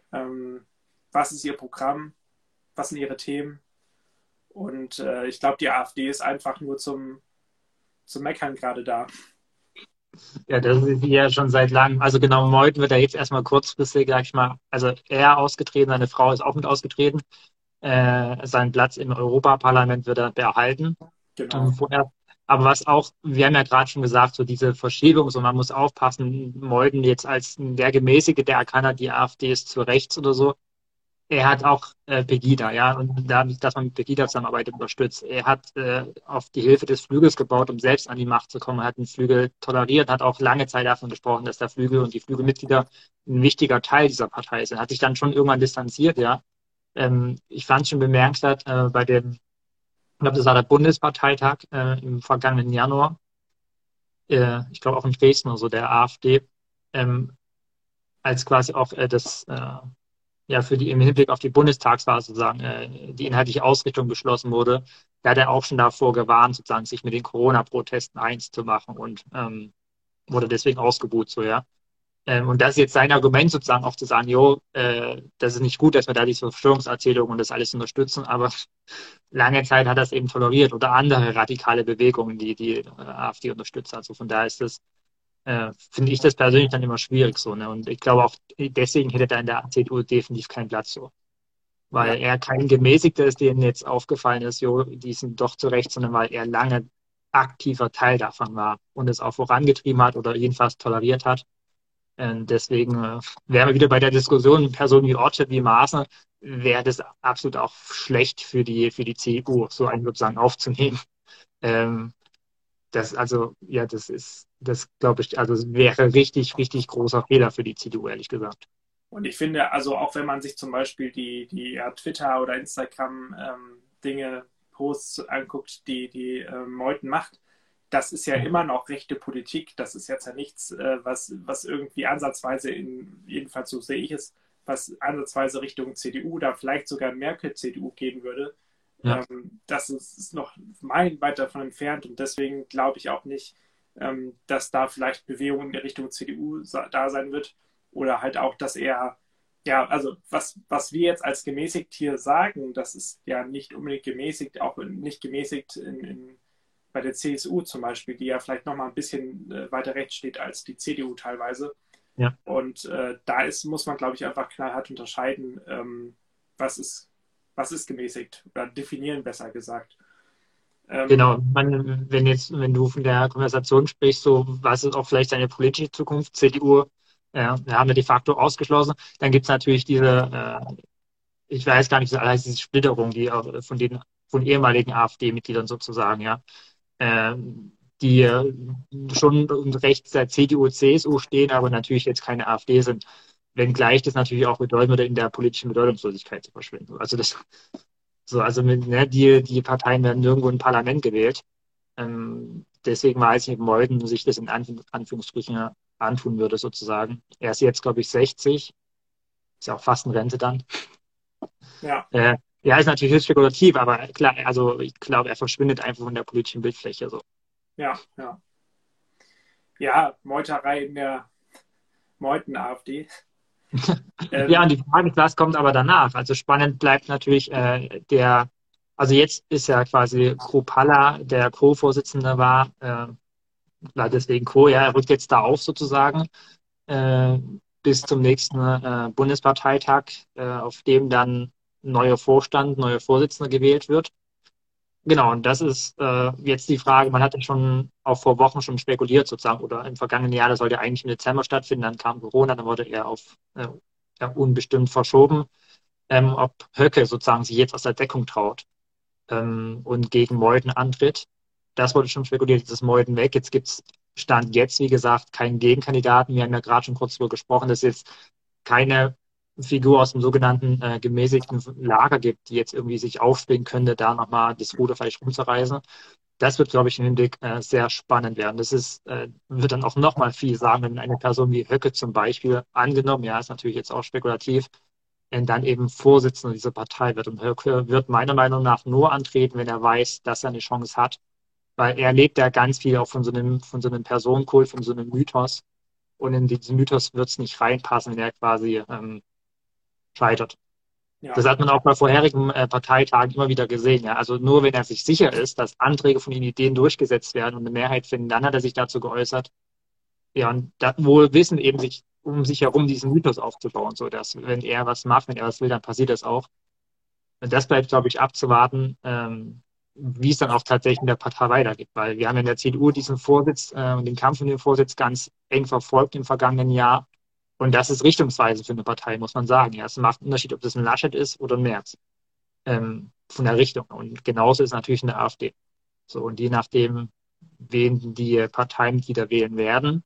was ist ihr Programm, was sind ihre Themen. Und ich glaube, die AfD ist einfach nur zum Meckern gerade da. Ja, das ist ja schon seit langem. Also genau, Meuthen wird ja jetzt erstmal kurzfristig, sag ich mal, also er ausgetreten, seine Frau ist auch mit ausgetreten. Seinen Platz im Europaparlament wird er behalten. Genau. Vorher. Aber was auch, wir haben ja gerade schon gesagt, so diese Verschiebung, so man muss aufpassen, Meuthen jetzt als der Gemäßigte, der erkannt hat, die AfD ist zu rechts oder so. Er hat auch Pegida, ja, und dadurch, dass man mit Pegida zusammenarbeitet, unterstützt. Er hat auf die Hilfe des Flügels gebaut, um selbst an die Macht zu kommen. Er hat den Flügel toleriert, hat auch lange Zeit davon gesprochen, dass der Flügel und die Flügelmitglieder ein wichtiger Teil dieser Partei sind. Hat sich dann schon irgendwann distanziert, ja. Ich fand es schon bemerkenswert bei dem, ich glaube, das war der Bundesparteitag im vergangenen Januar, ich glaube auch in Dresden oder so, der AfD, ähm, als quasi auch ja, im Hinblick auf die Bundestagswahl sozusagen die inhaltliche Ausrichtung beschlossen wurde, da hat er auch schon davor gewarnt, sozusagen sich mit den Corona-Protesten eins zu machen und wurde deswegen ausgebuht, so, ja. Und das ist jetzt sein Argument sozusagen auch zu sagen, jo, das ist nicht gut, dass wir da diese Verschwörungserzählungen und das alles unterstützen, aber lange Zeit hat er es eben toleriert oder andere radikale Bewegungen, die AfD unterstützt. Also von daher ist das finde ich das persönlich dann immer schwierig so. Ne? Und ich glaube auch deswegen hätte er in der CDU definitiv keinen Platz so. Ja. Weil er kein Gemäßigter ist, denen jetzt aufgefallen ist, jo, die sind doch zu Recht, sondern weil er lange aktiver Teil davon war und es auch vorangetrieben hat oder jedenfalls toleriert hat. Deswegen wären wir wieder bei der Diskussion, Personen wie Ortstedt, wie Maaßen, wäre das absolut auch schlecht für die CDU, so einen sozusagen aufzunehmen. Ähm, das glaube ich, also es wäre richtig, richtig großer Fehler für die CDU, ehrlich gesagt. Und ich finde, also auch wenn man sich zum Beispiel die ja, Twitter- oder Instagram-Dinge, Posts anguckt, die Meuthen macht, das ist ja immer noch rechte Politik. Das ist jetzt ja nichts, was irgendwie ansatzweise, jedenfalls so sehe ich es, was ansatzweise Richtung CDU oder vielleicht sogar Merkel-CDU gehen würde. Ja. Das ist noch meilenweit davon entfernt und deswegen glaube ich auch nicht, dass da vielleicht Bewegung in der Richtung CDU da sein wird. Oder halt auch, dass er, ja, also was wir jetzt als gemäßigt hier sagen, das ist ja nicht unbedingt gemäßigt, auch nicht gemäßigt bei der CSU zum Beispiel, die ja vielleicht nochmal ein bisschen weiter rechts steht als die CDU teilweise. Ja. Und da muss man, glaube ich, einfach knallhart unterscheiden, was ist gemäßigt oder definieren, besser gesagt. Genau, wenn du von der Konversation sprichst, so was ist auch vielleicht seine politische Zukunft, CDU, wir haben wir de facto ausgeschlossen, dann gibt es natürlich ich weiß gar nicht, wie das heißt, diese Splitterung, die auch von ehemaligen AfD-Mitgliedern sozusagen, ja, die schon rechts der CDU, CSU stehen, aber natürlich jetzt keine AfD sind, wenngleich das natürlich auch bedeuten würde, in der politischen Bedeutungslosigkeit zu verschwinden. Die Parteien werden nirgendwo im Parlament gewählt. Deswegen weiß ich nicht, ob Meuthen sich das in Anführungsstrichen antun würde, sozusagen. Er ist jetzt, glaube ich, 60, ist ja auch fast in Rente dann. Ja, Ja, ist natürlich höchst spekulativ, aber klar, also ich glaube, er verschwindet einfach von der politischen Bildfläche. So. ja, ja. Ja, Meuterei in der Meuthen-AfD. Ja, und Ähm, die Frage ist, was kommt aber danach? Also spannend bleibt natürlich also jetzt ist ja quasi Kruppalla, der Co-Vorsitzende war deswegen Co, ja, er rückt jetzt da auf sozusagen äh, bis zum nächsten Bundesparteitag, auf dem dann neuer Vorstand, neuer Vorsitzender gewählt wird. Genau, und das ist jetzt die Frage, man hat ja schon auch vor Wochen schon spekuliert sozusagen, oder im vergangenen Jahr, das sollte eigentlich im Dezember stattfinden, dann kam Corona, dann wurde er auf ja, unbestimmt verschoben, ob Höcke sozusagen sich jetzt aus der Deckung traut und gegen Meuthen antritt. Das wurde schon spekuliert, jetzt ist Meuthen weg, jetzt gibt es Stand jetzt, wie gesagt, keinen Gegenkandidaten. Wir haben ja gerade schon kurz darüber gesprochen, dass es jetzt keine Figur aus dem sogenannten gemäßigten Lager gibt, die jetzt irgendwie sich aufschwingen könnte, da nochmal das Ruder vielleicht rumzureißen. Das wird, glaube ich, im Hinblick sehr spannend werden. Wird dann auch nochmal viel sagen, wenn eine Person wie Höcke zum Beispiel angenommen, ja, ist natürlich jetzt auch spekulativ, dann eben Vorsitzender dieser Partei wird. Und Höcke wird meiner Meinung nach nur antreten, wenn er weiß, dass er eine Chance hat, weil er lebt ja ganz viel auch von so einem Personenkult, von so einem Mythos. Und in diesen Mythos wird es nicht reinpassen, wenn er quasi scheitert. ja, Das hat man auch bei vorherigen Parteitagen immer wieder gesehen. Ja? Also nur wenn er sich sicher ist, dass Anträge von den Ideen durchgesetzt werden und eine Mehrheit finden, dann hat er sich dazu geäußert. Ja, und da, wohl wissen eben sich um sich herum diesen Mythos aufzubauen, so dass wenn er was macht, wenn er was will, dann passiert das auch. Und das bleibt, glaube ich, abzuwarten, wie es dann auch tatsächlich in der Partei weitergeht, weil wir haben in der CDU diesen Vorsitz und den Kampf um den Vorsitz ganz eng verfolgt im vergangenen Jahr. Und das ist richtungsweisend für eine Partei, muss man sagen. Ja, es macht einen Unterschied, ob das ein Laschet ist oder ein Merz, von der Richtung. Und genauso ist es natürlich eine AfD. So, und je nachdem, wen die Parteimitglieder wählen werden,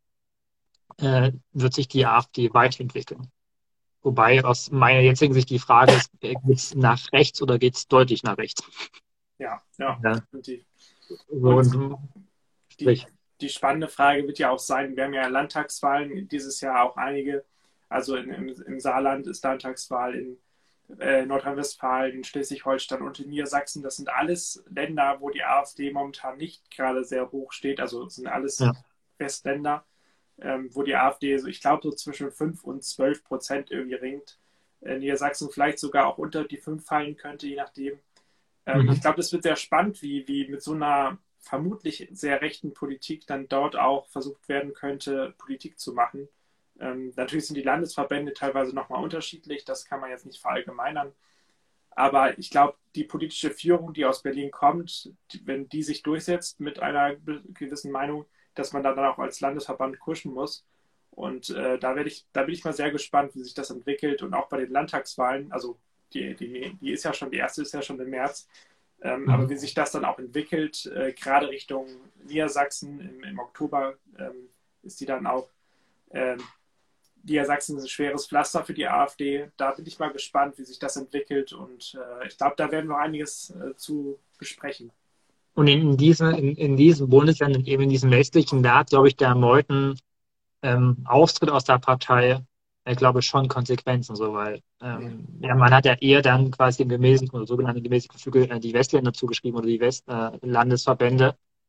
wird sich die AfD weiterentwickeln. Wobei aus meiner jetzigen Sicht die Frage ist, geht es nach rechts oder geht es deutlich nach rechts? ja, ja, Ja, definitiv. so Und und die, sprich. die spannende Frage wird ja auch sein, wir haben ja Landtagswahlen dieses Jahr auch einige, also im Saarland ist Landtagswahl, in Nordrhein-Westfalen, in Schleswig-Holstein und in Niedersachsen. Das sind alles Länder, wo die AfD momentan nicht gerade sehr hoch steht. Also sind alles Ja. Westländer, wo die AfD, so, ich glaube, so zwischen 5 und 12% irgendwie ringt. Niedersachsen vielleicht sogar auch unter die 5 fallen könnte, je nachdem. Ich Mhm. glaube, das wird sehr spannend, wie mit so einer vermutlich sehr rechten Politik dann dort auch versucht werden könnte, Politik zu machen. Natürlich sind die Landesverbände teilweise nochmal unterschiedlich, das kann man jetzt nicht verallgemeinern. Aber ich glaube, die politische Führung, die aus Berlin kommt, wenn die sich durchsetzt mit einer gewissen Meinung, dass man dann auch als Landesverband kuschen muss. Und da bin ich mal sehr gespannt, wie sich das entwickelt. Und auch bei den Landtagswahlen, also die ist ja schon, die erste ist ja schon im März. Aber wie Mhm. sich das dann auch entwickelt, gerade Richtung Niedersachsen im Oktober, ist die dann auch ähm, Niedersachsen ist ein schweres Pflaster für die AfD. Da bin ich mal gespannt, wie sich das entwickelt. Und ich glaube, da werden wir einiges zu besprechen. Und in diesen Bundesländern, eben in diesem westlichen, da hat, glaube ich, der Meuthen Austritt aus der Partei, glaube ich, schon Konsequenzen, so, weil Ja, ja, man hat ja eher dann quasi dem gemäßigten oder sogenannten gemäßigten Flügel die Westländer zugeschrieben oder die Landesverbände.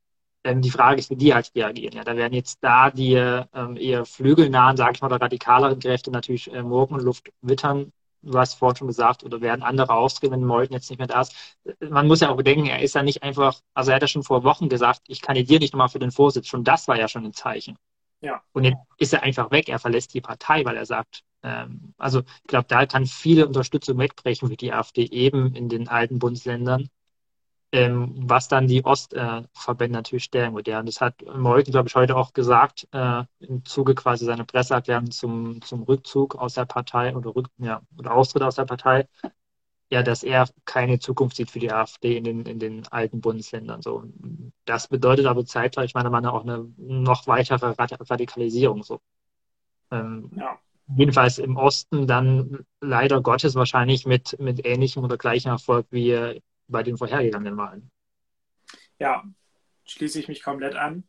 Die Frage ist, wie die halt reagieren. Ja, da werden jetzt da die eher flügelnahen, sage ich mal, oder radikaleren Kräfte natürlich Morgenluft wittern. Du hast vorhin schon gesagt, oder werden andere ausgehen, wenn Meuthen jetzt nicht mehr da ist. Man muss ja auch bedenken, er ist ja nicht einfach, also er hat ja schon vor Wochen gesagt, ich kandidiere nicht nochmal für den Vorsitz. Schon das war ja schon ein Zeichen. Ja, Und jetzt ist er einfach weg, er verlässt die Partei, weil er sagt, also ich glaube, da kann viele Unterstützung wegbrechen für die AfD eben in den alten Bundesländern, was dann die Ostverbände natürlich stellen wird. Ja. Und das hat Meuthen, glaube ich, heute auch gesagt, im Zuge quasi seiner Presseerklärung zum Rückzug aus der Partei oder Austritt aus der Partei, ja, dass er keine Zukunft sieht für die AfD in den alten Bundesländern. So. Das bedeutet aber zeitgleich meiner Meinung nach auch eine noch weitere Radikalisierung. So. Ähm, ja. Jedenfalls im Osten dann leider Gottes wahrscheinlich mit ähnlichem oder gleichem Erfolg wie bei den vorhergegangenen Wahlen. Ja, schließe ich mich komplett an.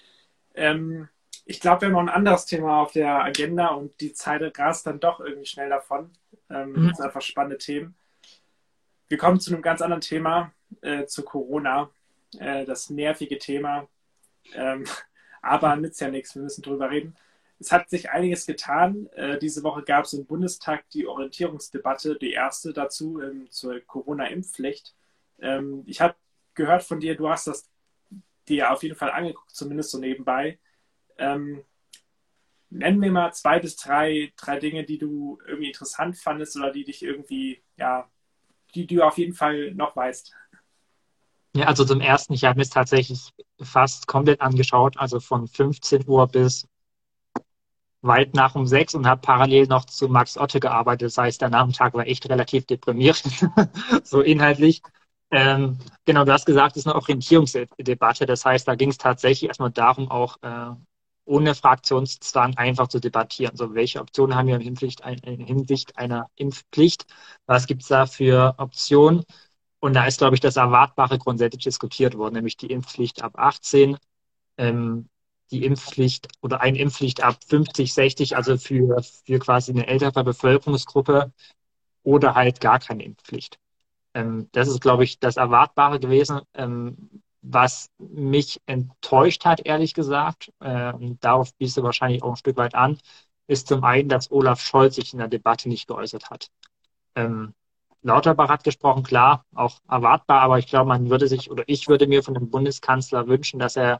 Ich glaube, wir haben noch ein anderes Thema auf der Agenda und die Zeit rast dann doch irgendwie schnell davon. Das sind einfach spannende Themen. Wir kommen zu einem ganz anderen Thema, zu Corona. Das nervige Thema. Ähm, aber nützt ja nichts, wir müssen drüber reden. Es hat sich einiges getan. Diese Woche gab es im Bundestag die Orientierungsdebatte, die erste dazu zur Corona-Impfpflicht. Ich habe gehört von dir, du hast das dir auf jeden Fall angeguckt, zumindest so nebenbei. Ähm, Nenn mir mal zwei bis drei Dinge, die du irgendwie interessant fandest oder die dich irgendwie, ja, die du auf jeden Fall noch weißt. Ja, also zum ersten, ich habe mir es tatsächlich fast komplett angeschaut, also von 15 Uhr bis weit nach um 6 und habe parallel noch zu Max Otte gearbeitet. Das heißt, der Nachmittag war echt relativ deprimierend, so inhaltlich. Genau, du hast gesagt, es ist eine Orientierungsdebatte. Das heißt, da ging es tatsächlich erstmal darum, auch ohne Fraktionszwang einfach zu debattieren. So, welche Optionen haben wir in Hinsicht einer Impfpflicht? Was gibt es da für Optionen? Und da ist, glaube ich, das Erwartbare grundsätzlich diskutiert worden, nämlich die Impfpflicht ab 18, ähm, die Impfpflicht oder eine Impfpflicht ab 50, 60, also für quasi eine ältere Bevölkerungsgruppe oder halt gar keine Impfpflicht. Das ist, glaube ich, das Erwartbare gewesen. Was mich enttäuscht hat, ehrlich gesagt, und darauf biest du wahrscheinlich auch ein Stück weit an, ist zum einen, dass Olaf Scholz sich in der Debatte nicht geäußert hat. Ähm, Lauterbach hat gesprochen, klar, auch erwartbar, aber ich glaube, man würde sich oder ich würde mir von dem Bundeskanzler wünschen, dass er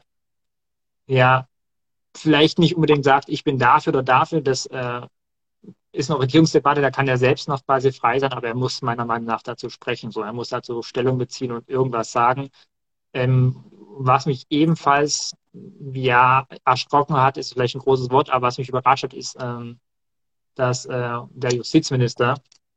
ja vielleicht nicht unbedingt sagt, ich bin dafür oder dafür. Das ist eine Regierungsdebatte, da kann er selbst noch quasi frei sein, aber er muss meiner Meinung nach dazu sprechen. So, er muss dazu Stellung beziehen und irgendwas sagen. Was mich ebenfalls ja erschrocken hat, ist vielleicht ein großes Wort, aber was mich überrascht hat, ist, dass der Justizminister,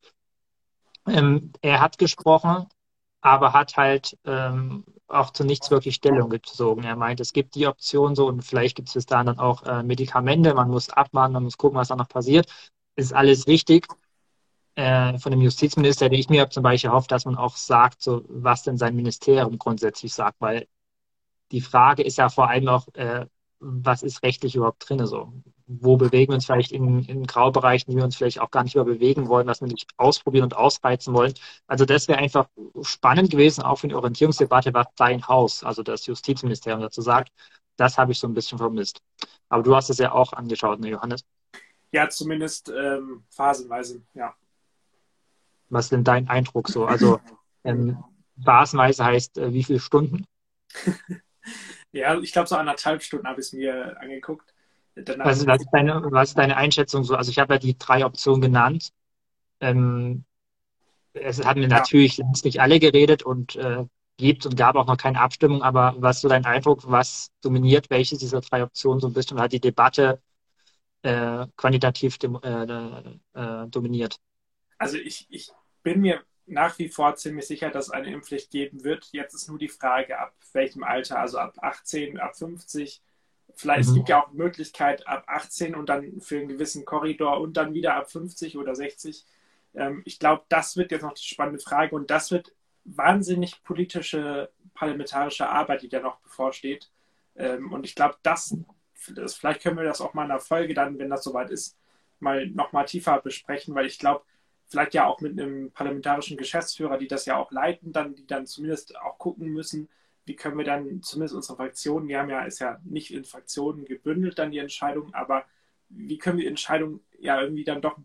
er hat gesprochen, aber hat halt auch zu nichts wirklich Stellung gezogen. Er meint, es gibt die Option so und vielleicht gibt es bis dahin dann auch Medikamente, man muss abwarten, man muss gucken, was da noch passiert. Ist alles richtig. Von dem Justizminister hätte ich mir zum Beispiel erhofft, dass man auch sagt, so, was denn sein Ministerium grundsätzlich sagt, weil die Frage ist ja vor allem auch, was ist rechtlich überhaupt drin? So? Wo bewegen wir uns vielleicht in Graubereichen, die wir uns vielleicht auch gar nicht mehr bewegen wollen, was wir nicht ausprobieren und ausreizen wollen? Also das wäre einfach spannend gewesen, auch für die Orientierungsdebatte, was dein Haus, also das Justizministerium dazu sagt. Das habe ich so ein bisschen vermisst. Aber du hast es ja auch angeschaut, ne, Johannes? Ja, zumindest phasenweise, ja. Was ist denn dein Eindruck so? Also phasenweise heißt wie viele Stunden? Ja, ich glaube, so 1,5 Stunden habe ich es mir angeguckt. Danach, Was ist deine Einschätzung so? Also ich habe ja die drei Optionen genannt. Ähm, Es hatten ja, natürlich längst nicht alle geredet und gibt und gab auch noch keine Abstimmung, aber was ist so dein Eindruck, was dominiert, welche dieser drei Optionen so ein bisschen hat die Debatte quantitativ dominiert? also ich bin mir nach wie vor ziemlich sicher, dass es eine Impfpflicht geben wird. Jetzt ist nur die Frage, ab welchem Alter, also ab 18, ab 50. Vielleicht, es Mhm. gibt ja auch die Möglichkeit ab 18 und dann für einen gewissen Korridor und dann wieder ab 50 oder 60. Ich glaube, das wird jetzt noch die spannende Frage und das wird wahnsinnig politische, parlamentarische Arbeit, die da noch bevorsteht. Und ich glaube, vielleicht können wir das auch mal in der Folge dann, wenn das soweit ist, mal nochmal tiefer besprechen, weil ich glaube, vielleicht ja auch mit einem parlamentarischen Geschäftsführer, die das ja auch leiten, dann, die dann zumindest auch gucken müssen, wie können wir dann zumindest unsere Fraktionen, ist ja nicht in Fraktionen gebündelt dann die Entscheidung, aber wie können wir die Entscheidung ja irgendwie dann doch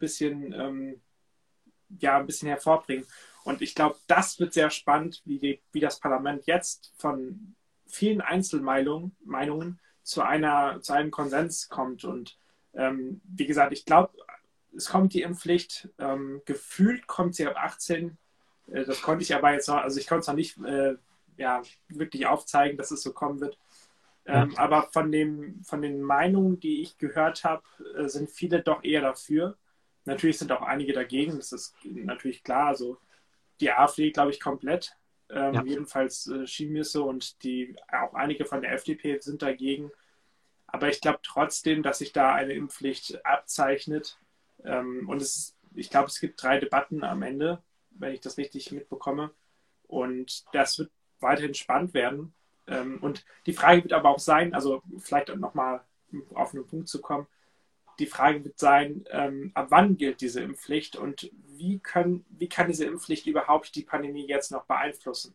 ein bisschen hervorbringen. Und ich glaube, das wird sehr spannend, wie das Parlament jetzt von vielen Einzelmeinungen zu einem Konsens kommt. Und wie gesagt, ich glaube, es kommt die Impfpflicht. Gefühlt kommt sie ab 18. Das konnte ich aber jetzt noch, also ich konnte es noch nicht wirklich aufzeigen, dass es so kommen wird. Aber von den Meinungen, die ich gehört habe, sind viele doch eher dafür. Natürlich sind auch einige dagegen, das ist natürlich klar. Also die AfD, glaube ich, komplett. Jedenfalls schien mir so, und auch einige von der FDP sind dagegen. Aber ich glaube trotzdem, dass sich da eine Impfpflicht abzeichnet. Und ich glaube, es gibt 3 Debatten am Ende, wenn ich das richtig mitbekomme. Und das wird weiterhin spannend werden. Und die Frage wird aber auch sein, also vielleicht nochmal auf einen Punkt zu kommen, die Frage wird sein, ab wann gilt diese Impfpflicht und wie kann diese Impfpflicht überhaupt die Pandemie jetzt noch beeinflussen?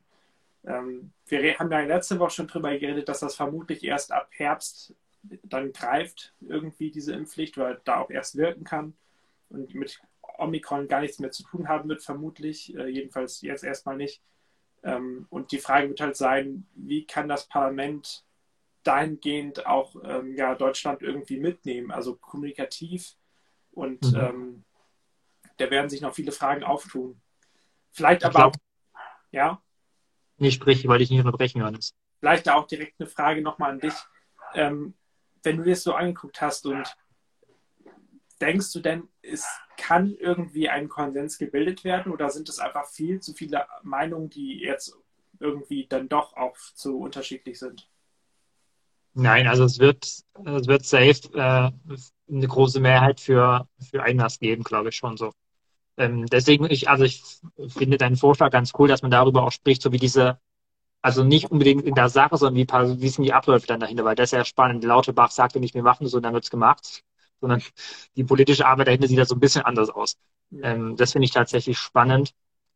Wir haben ja letzte Woche schon darüber geredet, dass das vermutlich erst ab Herbst dann greift, irgendwie diese Impfpflicht, weil da auch erst wirken kann und mit Omikron gar nichts mehr zu tun haben wird, vermutlich, jedenfalls jetzt erstmal nicht. Und die Frage wird halt sein, wie kann das Parlament dahingehend auch Deutschland irgendwie mitnehmen, also kommunikativ. Und da werden sich noch viele Fragen auftun. Vielleicht aber auch, ja? Nee, sprich, weil ich nicht unterbrechen, Johannes. Vielleicht auch direkt eine Frage nochmal an dich. Wenn du dir das so angeguckt hast und denkst du denn, es kann irgendwie ein Konsens gebildet werden oder sind es einfach viel zu viele Meinungen, die jetzt irgendwie dann doch auch zu unterschiedlich sind? Nein, also es wird safe eine große Mehrheit für Einlass geben, glaube ich schon so. Deswegen, ich finde deinen Vorschlag ganz cool, dass man darüber auch spricht, so wie also nicht unbedingt in der Sache, sondern wie sind die Abläufe dann dahinter, weil das ist ja spannend. Lauterbach sagte nicht, wir machen das und dann wird's gemacht, sondern die politische Arbeit dahinter sieht da so ein bisschen anders aus. Das finde ich tatsächlich spannend.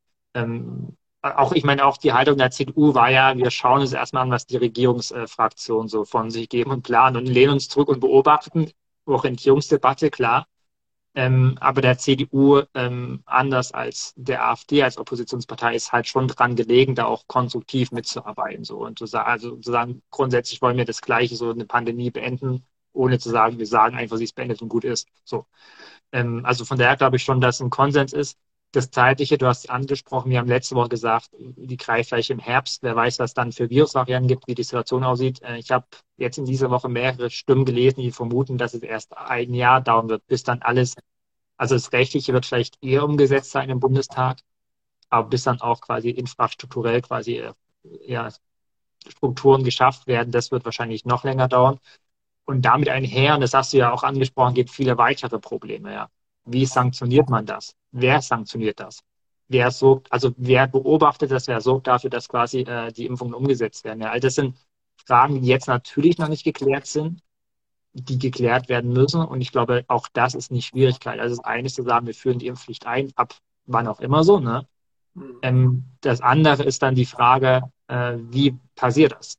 Ich meine, auch die Haltung der CDU war ja, wir schauen uns erstmal an, was die Regierungsfraktionen so von sich geben und planen und lehnen uns zurück und beobachten. Orientierungsdebatte, klar. Aber der CDU, anders als der AfD als Oppositionspartei, ist halt schon dran gelegen, da auch konstruktiv mitzuarbeiten. So. Und zu sagen, grundsätzlich wollen wir das Gleiche, so eine Pandemie beenden, ohne zu sagen, wir sagen einfach, sie ist beendet und gut ist. So. Also von daher glaube ich schon, dass ein Konsens ist. Das Zeitliche, du hast es angesprochen, wir haben letzte Woche gesagt, die greift vielleicht im Herbst. Wer weiß, was dann für Virusvarianten gibt, wie die Situation aussieht. Ich habe jetzt in dieser Woche mehrere Stimmen gelesen, die vermuten, dass es erst ein Jahr dauern wird, bis dann alles, also das Rechtliche wird vielleicht eher umgesetzt sein im Bundestag, aber bis dann auch quasi infrastrukturell Strukturen geschafft werden, das wird wahrscheinlich noch länger dauern. Und damit einher, und das hast du ja auch angesprochen, gibt viele weitere Probleme, ja. Wie sanktioniert man das? Wer sanktioniert das? Wer beobachtet das? Wer sorgt dafür, dass quasi die Impfungen umgesetzt werden? Ja, all das sind Fragen, die jetzt natürlich noch nicht geklärt sind, die geklärt werden müssen. Und ich glaube, auch das ist eine Schwierigkeit. Also das eine ist zu sagen, wir führen die Impfpflicht ein, ab wann auch immer so, ne? Das andere ist dann die Frage, wie passiert das?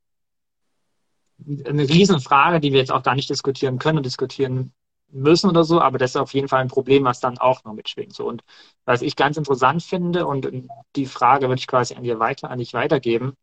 Eine Riesenfrage, die wir jetzt auch gar nicht diskutieren können und diskutieren müssen oder so, aber das ist auf jeden Fall ein Problem, was dann auch noch mitschwingt. So. Und was ich ganz interessant finde, und die Frage würde ich quasi an dich weitergeben,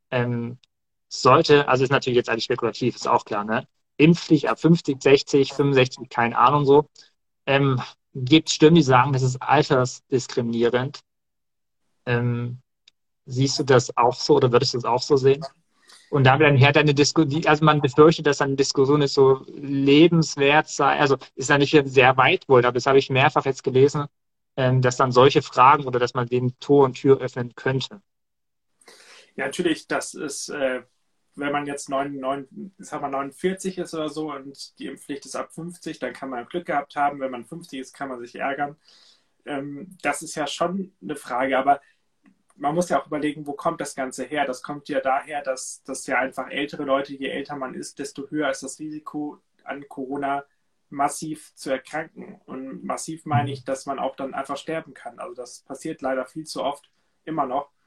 also ist natürlich jetzt eigentlich spekulativ, ist auch klar, ne? Impfpflicht ab 50, 60, 65, keine Ahnung so. Gibt Stimmen, die sagen, das ist altersdiskriminierend. Siehst du das auch so oder würdest du es auch so sehen? Und damit einher eine Diskussion, also man befürchtet, dass eine Diskussion ist so lebenswert sei, also ist ja nicht sehr weit wohl, aber das habe ich mehrfach jetzt gelesen, dass dann solche Fragen oder dass man dem Tor und Tür öffnen könnte. Ja, natürlich, das ist, wenn man jetzt 49 ist oder so und die Impfpflicht ist ab 50, dann kann man Glück gehabt haben. Wenn man 50 ist, kann man sich ärgern. Das ist ja schon eine Frage, aber man muss ja auch überlegen, wo kommt das Ganze her? Das kommt ja daher, dass ja einfach ältere Leute, je älter man ist, desto höher ist das Risiko, an Corona massiv zu erkranken. Und massiv meine ich, dass man auch dann einfach sterben kann. Also das passiert leider viel zu oft, immer noch.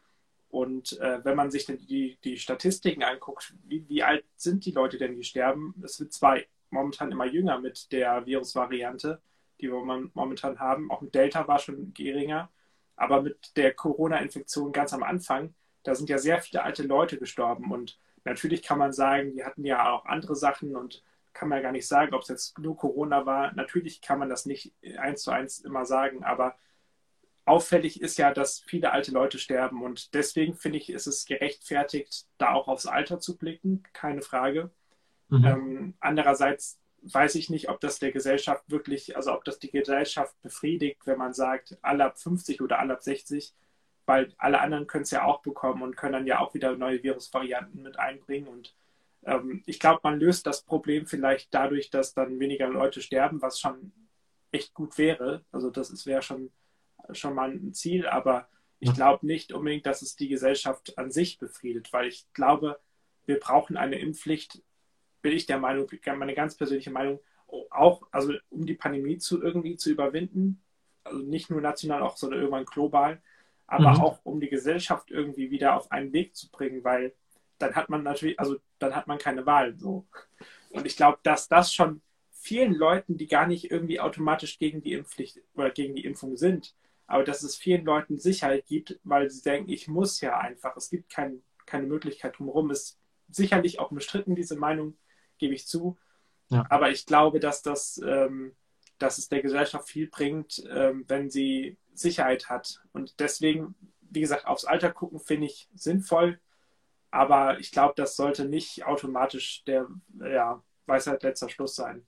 Und wenn man sich denn die Statistiken anguckt, wie alt sind die Leute denn, die sterben? Es wird zwar momentan immer jünger mit der Virusvariante, die wir momentan haben. Auch mit Delta war schon geringer. Aber mit der Corona-Infektion ganz am Anfang, da sind ja sehr viele alte Leute gestorben. Und natürlich kann man sagen, die hatten ja auch andere Sachen und kann man ja gar nicht sagen, ob es jetzt nur Corona war. Natürlich kann man das nicht eins zu eins immer sagen, aber auffällig ist ja, dass viele alte Leute sterben und deswegen finde ich, ist es gerechtfertigt, da auch aufs Alter zu blicken, keine Frage. Mhm. Andererseits weiß ich nicht, ob das der Gesellschaft wirklich, also ob das die Gesellschaft befriedigt, wenn man sagt, alle ab 50 oder alle ab 60, weil alle anderen können es ja auch bekommen und können dann ja auch wieder neue Virusvarianten mit einbringen und ich glaube, man löst das Problem vielleicht dadurch, dass dann weniger Leute sterben, was schon echt gut wäre. Also das wäre schon mal ein Ziel, aber ich Ja. glaube nicht unbedingt, dass es die Gesellschaft an sich befriedet, weil ich glaube, wir brauchen eine Impfpflicht, bin ich der Meinung, meine ganz persönliche Meinung, auch, also um die Pandemie irgendwie zu überwinden, also nicht nur national, auch sondern irgendwann global, aber Mhm. auch um die Gesellschaft irgendwie wieder auf einen Weg zu bringen, weil dann hat man natürlich, also dann hat man keine Wahl. So. Und ich glaube, dass das schon vielen Leuten, die gar nicht irgendwie automatisch gegen die Impfpflicht oder gegen die Impfung sind, aber dass es vielen Leuten Sicherheit gibt, weil sie denken, ich muss ja einfach, es gibt keine Möglichkeit drumherum. Ist sicherlich auch bestritten, diese Meinung, gebe ich zu. Ja. Aber ich glaube, dass es der Gesellschaft viel bringt, wenn sie Sicherheit hat. Und deswegen, wie gesagt, aufs Alter gucken finde ich sinnvoll. Aber ich glaube, das sollte nicht automatisch der Weisheit letzter Schluss sein.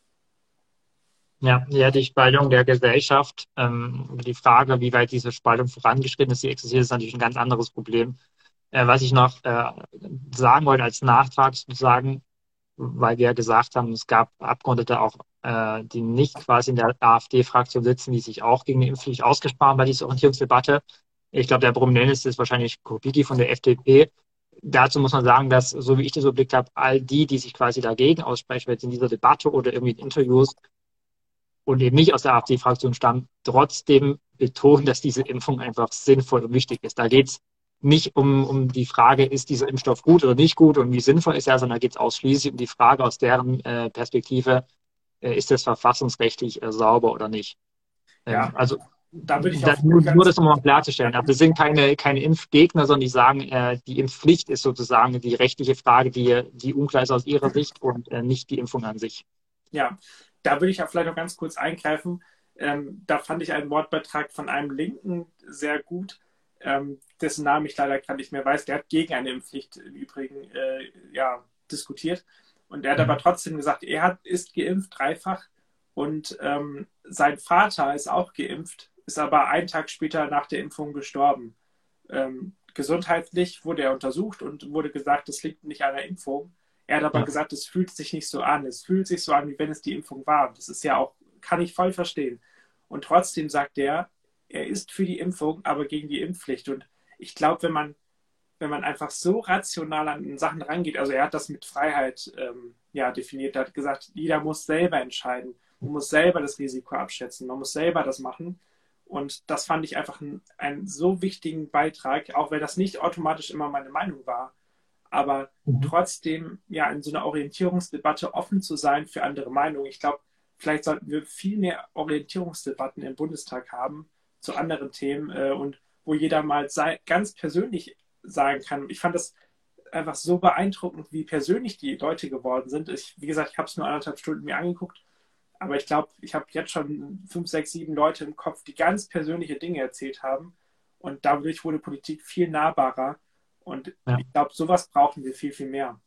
Ja, ja, die Spaltung der Gesellschaft, die Frage, wie weit diese Spaltung vorangeschritten ist, die existiert, ist natürlich ein ganz anderes Problem. Was ich noch sagen wollte als Nachtrag sozusagen, weil wir ja gesagt haben, es gab Abgeordnete auch, die nicht quasi in der AfD-Fraktion sitzen, die sich auch gegen die Impfpflicht ausgesprochen haben bei dieser Orientierungsdebatte. Ich glaube, der prominenteste ist wahrscheinlich Kubicki von der FDP. Dazu muss man sagen, dass, so wie ich das überblickt habe, all die, die sich quasi dagegen aussprechen, jetzt in dieser Debatte oder irgendwie in Interviews, und eben nicht aus der AfD-Fraktion stammen, trotzdem betonen, dass diese Impfung einfach sinnvoll und wichtig ist. Da geht es nicht um die Frage, ist dieser Impfstoff gut oder nicht gut und wie sinnvoll ist er, sondern da geht es ausschließlich um die Frage aus deren Perspektive, ist das verfassungsrechtlich sauber oder nicht. Ja, Also da würde ich auch nur ganz, das, um mal klarzustellen. Aber wir sind keine Impfgegner, sondern die sagen, die Impfpflicht ist sozusagen die rechtliche Frage, die unklar ist aus ihrer Sicht und nicht die Impfung an sich. ja, da würde ich auch vielleicht noch ganz kurz eingreifen. Da fand ich einen Wortbeitrag von einem Linken sehr gut, dessen Namen ich leider gerade nicht mehr weiß. Der hat gegen eine Impfpflicht im Übrigen diskutiert. Und er hat aber Mhm. trotzdem gesagt, ist geimpft dreifach und sein Vater ist auch geimpft, ist aber einen Tag später nach der Impfung gestorben. Gesundheitlich wurde er untersucht und wurde gesagt, es liegt nicht an der Impfung. Er hat aber Ja. gesagt, es fühlt sich nicht so an. Es fühlt sich so an, wie wenn es die Impfung war. Das ist ja auch, kann ich voll verstehen. Und trotzdem sagt er ist für die Impfung, aber gegen die Impfpflicht. Und ich glaube, wenn man einfach so rational an Sachen rangeht, also er hat das mit Freiheit definiert, er hat gesagt, jeder muss selber entscheiden, man muss selber das Risiko abschätzen, man muss selber das machen. Und das fand ich einfach einen so wichtigen Beitrag, auch wenn das nicht automatisch immer meine Meinung war, aber Mhm. trotzdem ja in so einer Orientierungsdebatte offen zu sein für andere Meinungen. Ich glaube, vielleicht sollten wir viel mehr Orientierungsdebatten im Bundestag haben zu anderen Themen und wo jeder mal ganz persönlich sagen kann. Ich fand das einfach so beeindruckend, wie persönlich die Leute geworden sind. Wie gesagt, ich habe es nur 1,5 Stunden mir angeguckt, aber ich glaube, ich habe jetzt schon 5, 6, 7 Leute im Kopf, die ganz persönliche Dinge erzählt haben. Und dadurch wurde Politik viel nahbarer. Und Ja. ich glaube, sowas brauchen wir viel, viel mehr.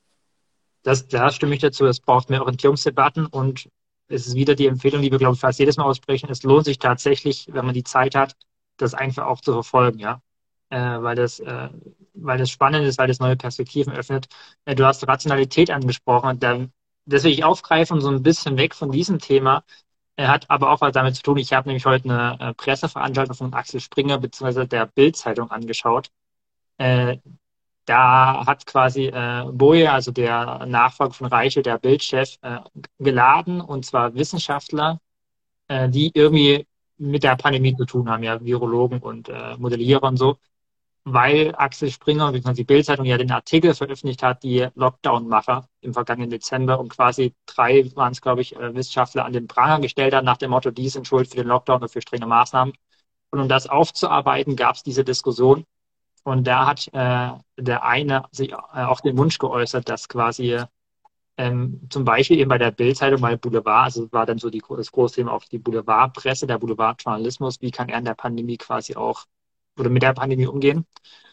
Da stimme ich dazu. Es braucht mehr Orientierungsdebatten und es ist wieder die Empfehlung, die wir, glaube ich, fast jedes Mal aussprechen. Es lohnt sich tatsächlich, wenn man die Zeit hat, das einfach auch zu verfolgen, ja. Weil weil das spannend ist, weil das neue Perspektiven öffnet. Du hast Rationalität angesprochen und das will ich aufgreifen, so ein bisschen weg von diesem Thema. Er hat aber auch was damit zu tun. Ich habe nämlich heute eine Presseveranstaltung von Axel Springer bzw. der Bild-Zeitung angeschaut. Äh, Da hat quasi Boje, also der Nachfolger von Reiche, der Bildchef, geladen, und zwar Wissenschaftler, die irgendwie mit der Pandemie zu tun haben, ja, Virologen und Modellierer und so. weil Axel Springer, wie die Bild-Zeitung ja den Artikel veröffentlicht hat, die Lockdown-Macher im vergangenen Dezember und quasi 3 waren es, glaube ich, Wissenschaftler an den Pranger gestellt hat, nach dem Motto, die sind schuld für den Lockdown oder für strenge Maßnahmen. Und um das aufzuarbeiten, gab es diese Diskussion. Und da hat der eine sich auch den Wunsch geäußert, dass quasi zum Beispiel eben bei der Bild-Zeitung, bei Boulevard, also war dann so das große Thema auf die Boulevardpresse, der Boulevardjournalismus, wie kann er in der Pandemie quasi auch oder mit der Pandemie umgehen.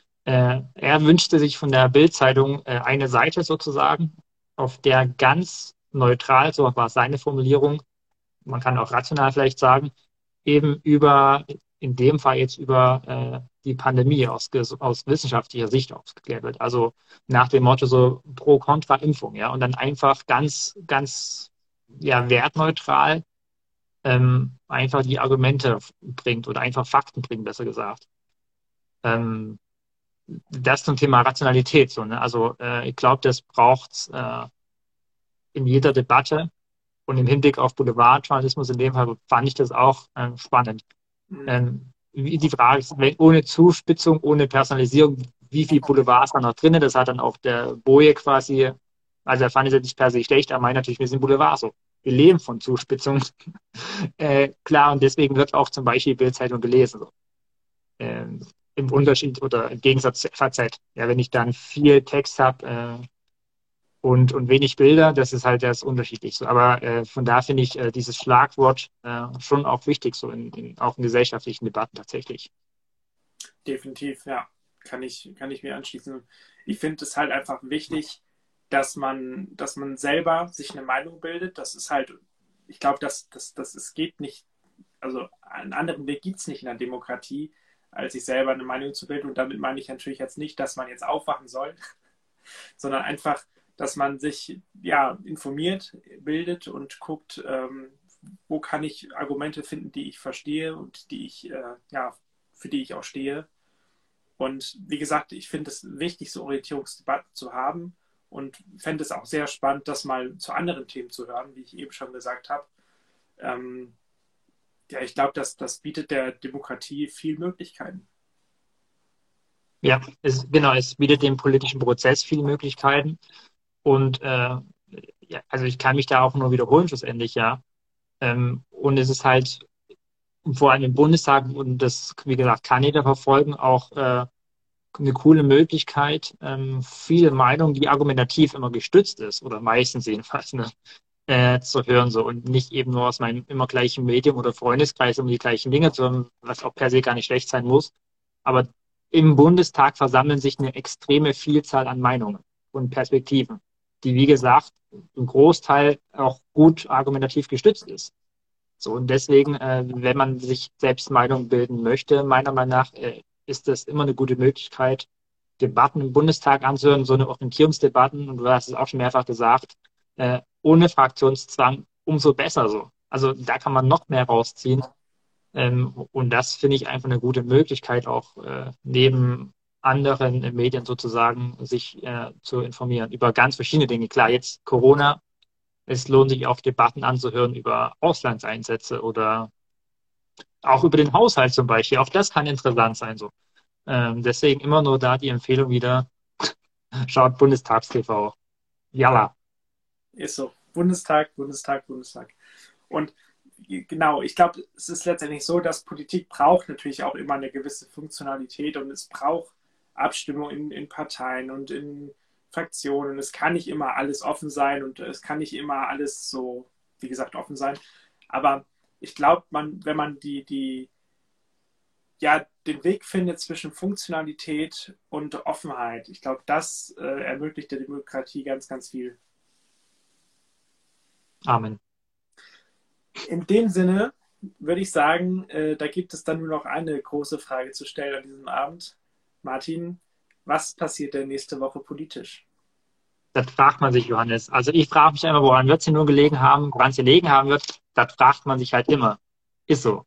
Er wünschte sich von der Bild-Zeitung eine Seite sozusagen, auf der ganz neutral, so war seine Formulierung, man kann auch rational vielleicht sagen, eben in dem Fall jetzt über die Pandemie aus wissenschaftlicher Sicht aufgeklärt wird. Also nach dem Motto so Pro-Kontra-Impfung, ja, und dann einfach ganz, ja, wertneutral einfach die Argumente bringt oder einfach Fakten bringt, besser gesagt. Ähm, Das zum Thema Rationalität, so, ne? Also ich glaube, das braucht in jeder Debatte und im Hinblick auf Boulevardjournalismus in dem Fall fand ich das auch spannend. Die Frage ist, ohne Zuspitzung, ohne Personalisierung, wie viel Boulevard ist da noch drin? Das hat dann auch der Boje quasi, also er fand es ja nicht per se schlecht, er meint natürlich, wir sind Boulevard so. Wir leben von Zuspitzung. Klar, und deswegen wird auch zum Beispiel die Bild-Zeitung gelesen. So. Im Unterschied oder im Gegensatz zu FAZ. Ja, wenn ich dann viel Text habe und wenig Bilder, das ist halt das unterschiedlich so. Aber von da finde ich dieses Schlagwort schon auch wichtig, so auch in gesellschaftlichen Debatten tatsächlich. Definitiv, ja. Kann ich mir anschließen. Ich finde es halt einfach wichtig, dass man selber sich eine Meinung bildet. Das ist halt, ich glaube, es geht nicht, also einen anderen Weg gibt es nicht in der Demokratie, als sich selber eine Meinung zu bilden. Und damit meine ich natürlich jetzt nicht, dass man jetzt aufwachen soll, sondern einfach, dass man sich ja informiert, bildet und guckt, wo kann ich Argumente finden, die ich verstehe und die ich, ja, für die ich auch stehe. Und wie gesagt, ich finde es wichtig, so Orientierungsdebatten zu haben und fände es auch sehr spannend, das mal zu anderen Themen zu hören, wie ich eben schon gesagt habe. Ja, ich glaube, das bietet der Demokratie viel Möglichkeiten. Ja, es bietet dem politischen Prozess viele Möglichkeiten. Und ja, also ich kann mich da auch nur wiederholen, schlussendlich, ja. Und es ist halt vor allem im Bundestag, und das, wie gesagt, kann jeder verfolgen, auch eine coole Möglichkeit, viele Meinungen, die argumentativ immer gestützt ist, oder meistens jedenfalls, ne, zu hören so und nicht eben nur aus meinem immer gleichen Medium oder Freundeskreis um die gleichen Dinge zu hören, was auch per se gar nicht schlecht sein muss. Aber im Bundestag versammeln sich eine extreme Vielzahl an Meinungen und Perspektiven, die, wie gesagt, im Großteil auch gut argumentativ gestützt ist. So, und deswegen, wenn man sich selbst Meinung bilden möchte, meiner Meinung nach, ist das immer eine gute Möglichkeit, Debatten im Bundestag anzuhören, so eine Orientierungsdebatten, und du hast es auch schon mehrfach gesagt, ohne Fraktionszwang, umso besser so. Also da kann man noch mehr rausziehen. Und das finde ich einfach eine gute Möglichkeit, auch neben anderen Medien sozusagen sich zu informieren über ganz verschiedene Dinge. Klar, jetzt Corona, es lohnt sich auch Debatten anzuhören über Auslandseinsätze oder auch über den Haushalt zum Beispiel. Auch das kann interessant sein. So. Deswegen immer nur da die Empfehlung wieder, schaut Bundestagstv. Jalla. Ist so. Bundestag, Bundestag, Bundestag. Und genau, ich glaube, es ist letztendlich so, dass Politik braucht natürlich auch immer eine gewisse Funktionalität und es braucht Abstimmung in Parteien und in Fraktionen. Es kann nicht immer alles offen sein und es kann nicht immer alles so, wie gesagt, offen sein. Aber ich glaube, wenn man ja, den Weg findet zwischen Funktionalität und Offenheit, ich glaube, das ermöglicht der Demokratie ganz, ganz viel. Amen. In dem Sinne würde ich sagen, da gibt es dann nur noch eine große Frage zu stellen an diesem Abend. Martin, was passiert denn nächste Woche politisch? Das fragt man sich, Johannes. Also ich frage mich immer, woran wird es hier nur gelegen haben, woran es gelegen haben wird, das fragt man sich halt immer. Ist so.